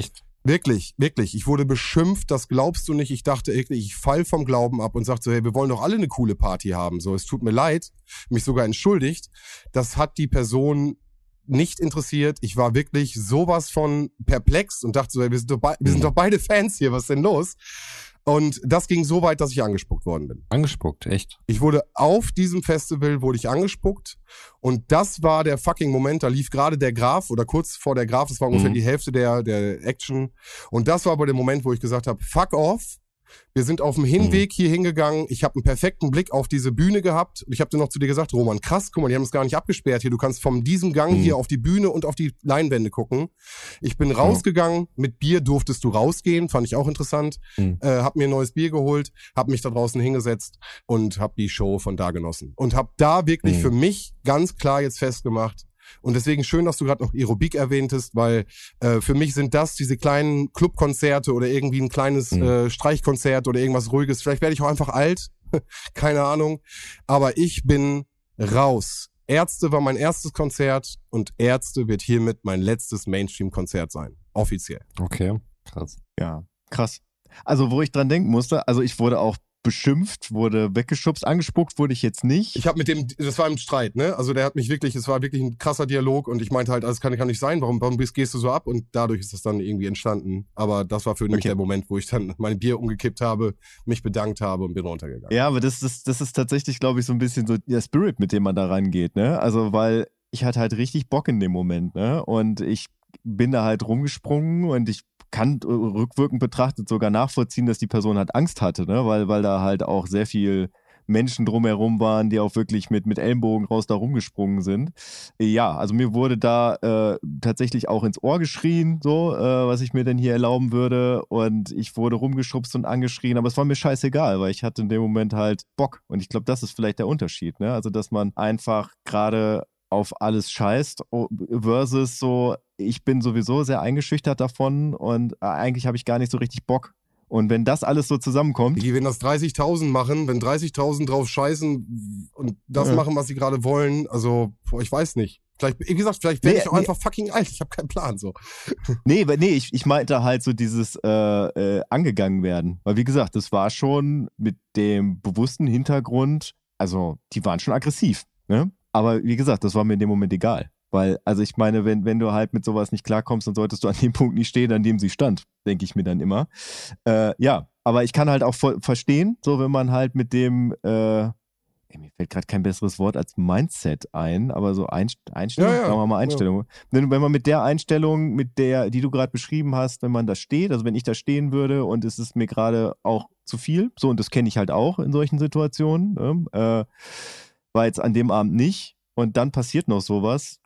C: Wirklich, wirklich. Ich wurde beschimpft, das glaubst du nicht. Ich dachte, ich fall vom Glauben ab und sagte so, hey, wir wollen doch alle eine coole Party haben. So, es tut mir leid, mich sogar entschuldigt. Das hat die Person nicht interessiert. Ich war wirklich sowas von perplex und dachte so, hey, wir sind doch beide Fans hier, was ist denn los? Und das ging so weit, dass ich angespuckt worden bin.
A: Angespuckt, echt?
C: Ich wurde auf diesem Festival angespuckt und das war der fucking Moment, da lief gerade der Graf oder kurz vor der Graf, das war ungefähr die Hälfte der Action und das war aber der Moment, wo ich gesagt habe, fuck off. Wir sind auf dem Hinweg hier hingegangen. Ich habe einen perfekten Blick auf diese Bühne gehabt. Ich habe dann noch zu dir gesagt, Roman, krass, guck mal, die haben es gar nicht abgesperrt hier. Du kannst von diesem Gang hier auf die Bühne und auf die Leinwände gucken. Ich bin rausgegangen. Mit Bier durftest du rausgehen. Fand ich auch interessant. Hab mir ein neues Bier geholt, hab mich da draußen hingesetzt und hab die Show von da genossen. Und hab da wirklich für mich ganz klar jetzt festgemacht, und deswegen schön, dass du gerade noch Aerobik erwähntest, weil für mich sind das diese kleinen Clubkonzerte oder irgendwie ein kleines Streichkonzert oder irgendwas Ruhiges. Vielleicht werde ich auch einfach alt, keine Ahnung. Aber ich bin raus. Ärzte war mein erstes Konzert und Ärzte wird hiermit mein letztes Mainstream-Konzert sein. Offiziell.
A: Okay, krass.
D: Ja, krass. Also wo ich dran denken musste, also ich wurde auch beschimpft, wurde weggeschubst, angespuckt wurde ich jetzt nicht.
C: Ich habe das war im Streit, ne? Also der hat mich wirklich, es war wirklich ein krasser Dialog und ich meinte halt, das kann nicht sein, warum gehst du so ab? Und dadurch ist das dann irgendwie entstanden. Aber das war für mich der Moment, wo ich dann mein Bier umgekippt habe, mich bedankt habe und bin runtergegangen.
D: Ja, aber das ist tatsächlich, glaube ich, so ein bisschen so der Spirit, mit dem man da rangeht, ne? Also weil ich hatte halt richtig Bock in dem Moment, ne? Und ich bin da halt rumgesprungen und ich kann rückwirkend betrachtet sogar nachvollziehen, dass die Person halt Angst hatte, ne? Weil da halt auch sehr viel Menschen drumherum waren, die auch wirklich mit Ellenbogen raus da rumgesprungen sind. Ja, also mir wurde da tatsächlich auch ins Ohr geschrien, so, was ich mir denn hier erlauben würde, und ich wurde rumgeschubst und angeschrien, aber es war mir scheißegal, weil ich hatte in dem Moment halt Bock, und ich glaube, das ist vielleicht der Unterschied, ne? Also, dass man einfach gerade auf alles scheißt versus so, ich bin sowieso sehr eingeschüchtert davon und eigentlich habe ich gar nicht so richtig Bock. Und wenn das alles so zusammenkommt...
C: Wenn das 30.000 machen, wenn 30.000 drauf scheißen und das machen, was sie gerade wollen, also, ich weiß nicht. Vielleicht, wie gesagt, vielleicht werde ich auch einfach fucking alt. Ich habe keinen Plan, so.
D: Nee, ich meinte halt so dieses angegangen werden. Weil wie gesagt, das war schon mit dem bewussten Hintergrund, also die waren schon aggressiv, ne? Aber wie gesagt, das war mir in dem Moment egal. Weil, also ich meine, wenn du halt mit sowas nicht klarkommst, dann solltest du an dem Punkt nicht stehen, an dem sie stand, denke ich mir dann immer. Ja, aber ich kann halt auch verstehen, so wenn man halt mit dem, mir fällt gerade kein besseres Wort als Mindset ein, aber so Einstellung, sagen wir mal Einstellung. Ja. Wenn man mit der Einstellung, die du gerade beschrieben hast, wenn man da steht, also wenn ich da stehen würde und es ist mir gerade auch zu viel, so, und das kenne ich halt auch in solchen Situationen, war jetzt an dem Abend nicht und dann passiert noch sowas,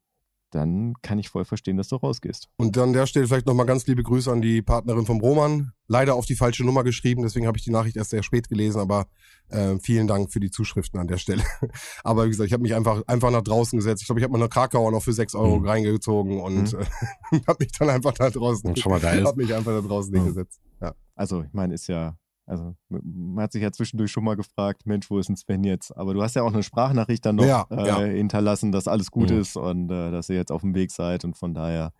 D: dann kann ich voll verstehen, dass du rausgehst.
C: Und an der Stelle vielleicht nochmal ganz liebe Grüße an die Partnerin vom Roman. Leider auf die falsche Nummer geschrieben, deswegen habe ich die Nachricht erst sehr spät gelesen, aber vielen Dank für die Zuschriften an der Stelle. Aber wie gesagt, ich habe mich einfach nach draußen gesetzt. Ich glaube, ich habe mal eine Krakauer noch für 6 € reingezogen und habe mich dann einfach da draußen hingesetzt. Ja.
D: Also, ich meine, also man hat sich ja zwischendurch schon mal gefragt, Mensch, wo ist denn Sven jetzt? Aber du hast ja auch eine Sprachnachricht dann noch hinterlassen, dass alles gut ist und dass ihr jetzt auf dem Weg seid, und von daher,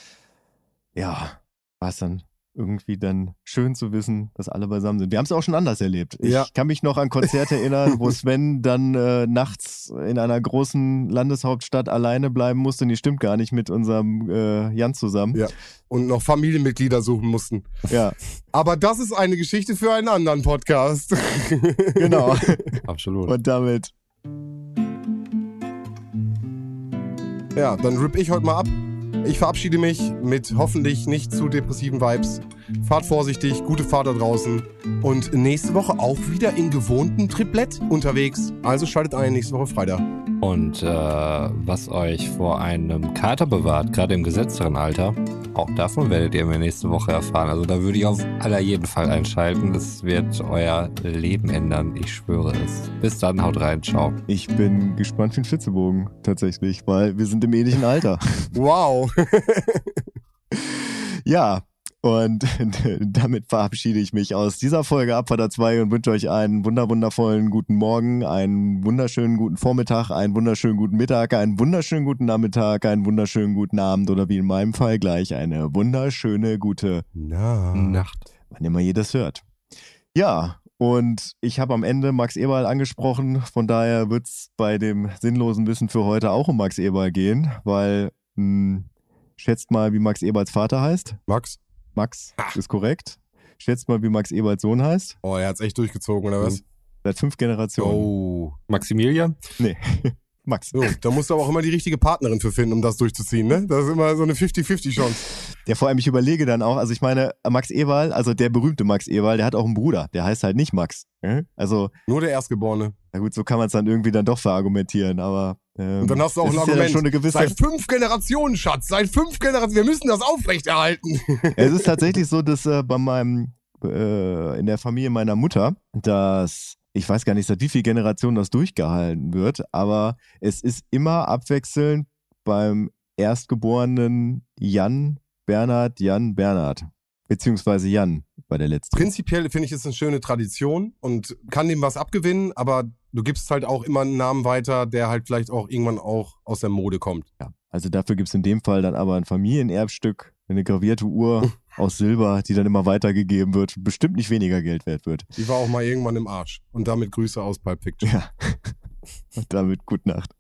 D: ja, war es dann irgendwie dann schön zu wissen, dass alle beisammen sind. Wir haben es auch schon anders erlebt. Ich kann mich noch an Konzerte erinnern, wo Sven dann nachts in einer großen Landeshauptstadt alleine bleiben musste, und die stimmt gar nicht, mit unserem Jan zusammen.
C: Ja. Und noch Familienmitglieder suchen mussten.
D: Ja.
C: Aber das ist eine Geschichte für einen anderen Podcast.
D: Genau.
A: Absolut.
D: Und damit.
C: Ja, dann ripp ich heute mal ab. Ich verabschiede mich mit hoffentlich nicht zu depressiven Vibes. Fahrt vorsichtig, gute Fahrt da draußen. Und nächste Woche auch wieder in gewohntem Triplett unterwegs. Also schaltet ein, nächste Woche Freitag.
A: Und was euch vor einem Kater bewahrt, gerade im gesetzteren Alter, auch davon werdet ihr mir nächste Woche erfahren. Also da würde ich auf jeden Fall einschalten. Das wird euer Leben ändern, ich schwöre es. Bis dann, haut rein, ciao.
D: Ich bin gespannt für den Flitzebogen, tatsächlich, weil wir sind im ähnlichen Alter.
C: Wow.
D: Ja, Und damit verabschiede ich mich aus dieser Folge Abfahrt 2 und wünsche euch einen wundervollen guten Morgen, einen wunderschönen guten Vormittag, einen wunderschönen guten Mittag, einen wunderschönen guten Nachmittag, einen wunderschönen guten Abend oder wie in meinem Fall gleich eine wunderschöne gute
A: Nacht.
D: Wann immer ihr das hört. Ja, und ich habe am Ende Max Eberl angesprochen, von daher wird es bei dem sinnlosen Wissen für heute auch um Max Eberl gehen, weil, schätzt mal, wie Max Eberls Vater heißt. Max, ist korrekt. Schätzt mal, wie Max Eberls Sohn heißt.
C: Oh, er hat's echt durchgezogen, oder was?
D: Seit 5 Generationen.
C: Oh.
A: Maximilian?
D: Nee, Max.
C: So, da musst du aber auch immer die richtige Partnerin für finden, um das durchzuziehen, ne? Das ist immer so eine 50-50-Chance.
D: Ja, vor allem, ich überlege dann auch, also ich meine, Max Eberl, also der berühmte Max Eberl, der hat auch einen Bruder, der heißt halt nicht Max. Also,
C: Nur der Erstgeborene.
D: na gut, so kann man es dann irgendwie dann doch verargumentieren, aber
C: Und dann hast du auch ein Argument.
D: Ja schon eine gewisse
C: Seit 5 Generationen, Schatz, seit 5 Generationen, wir müssen das aufrechterhalten.
D: Es ist tatsächlich so, dass bei meinem, in der Familie meiner Mutter, dass, ich weiß gar nicht, seit wie viel Generationen das durchgehalten wird, aber es ist immer abwechselnd beim Erstgeborenen Jan Bernhard, beziehungsweise Jan bei der letzten.
C: Prinzipiell finde ich es eine schöne Tradition und kann dem was abgewinnen, aber du gibst halt auch immer einen Namen weiter, der halt vielleicht auch irgendwann auch aus der Mode kommt.
D: Ja, also dafür gibt es in dem Fall dann aber ein Familienerbstück, eine gravierte Uhr aus Silber, die dann immer weitergegeben wird, bestimmt nicht weniger Geld wert wird.
C: Die war auch mal irgendwann im Arsch. Und damit Grüße aus Pulp Fiction.
D: Ja. Und damit gute Nacht.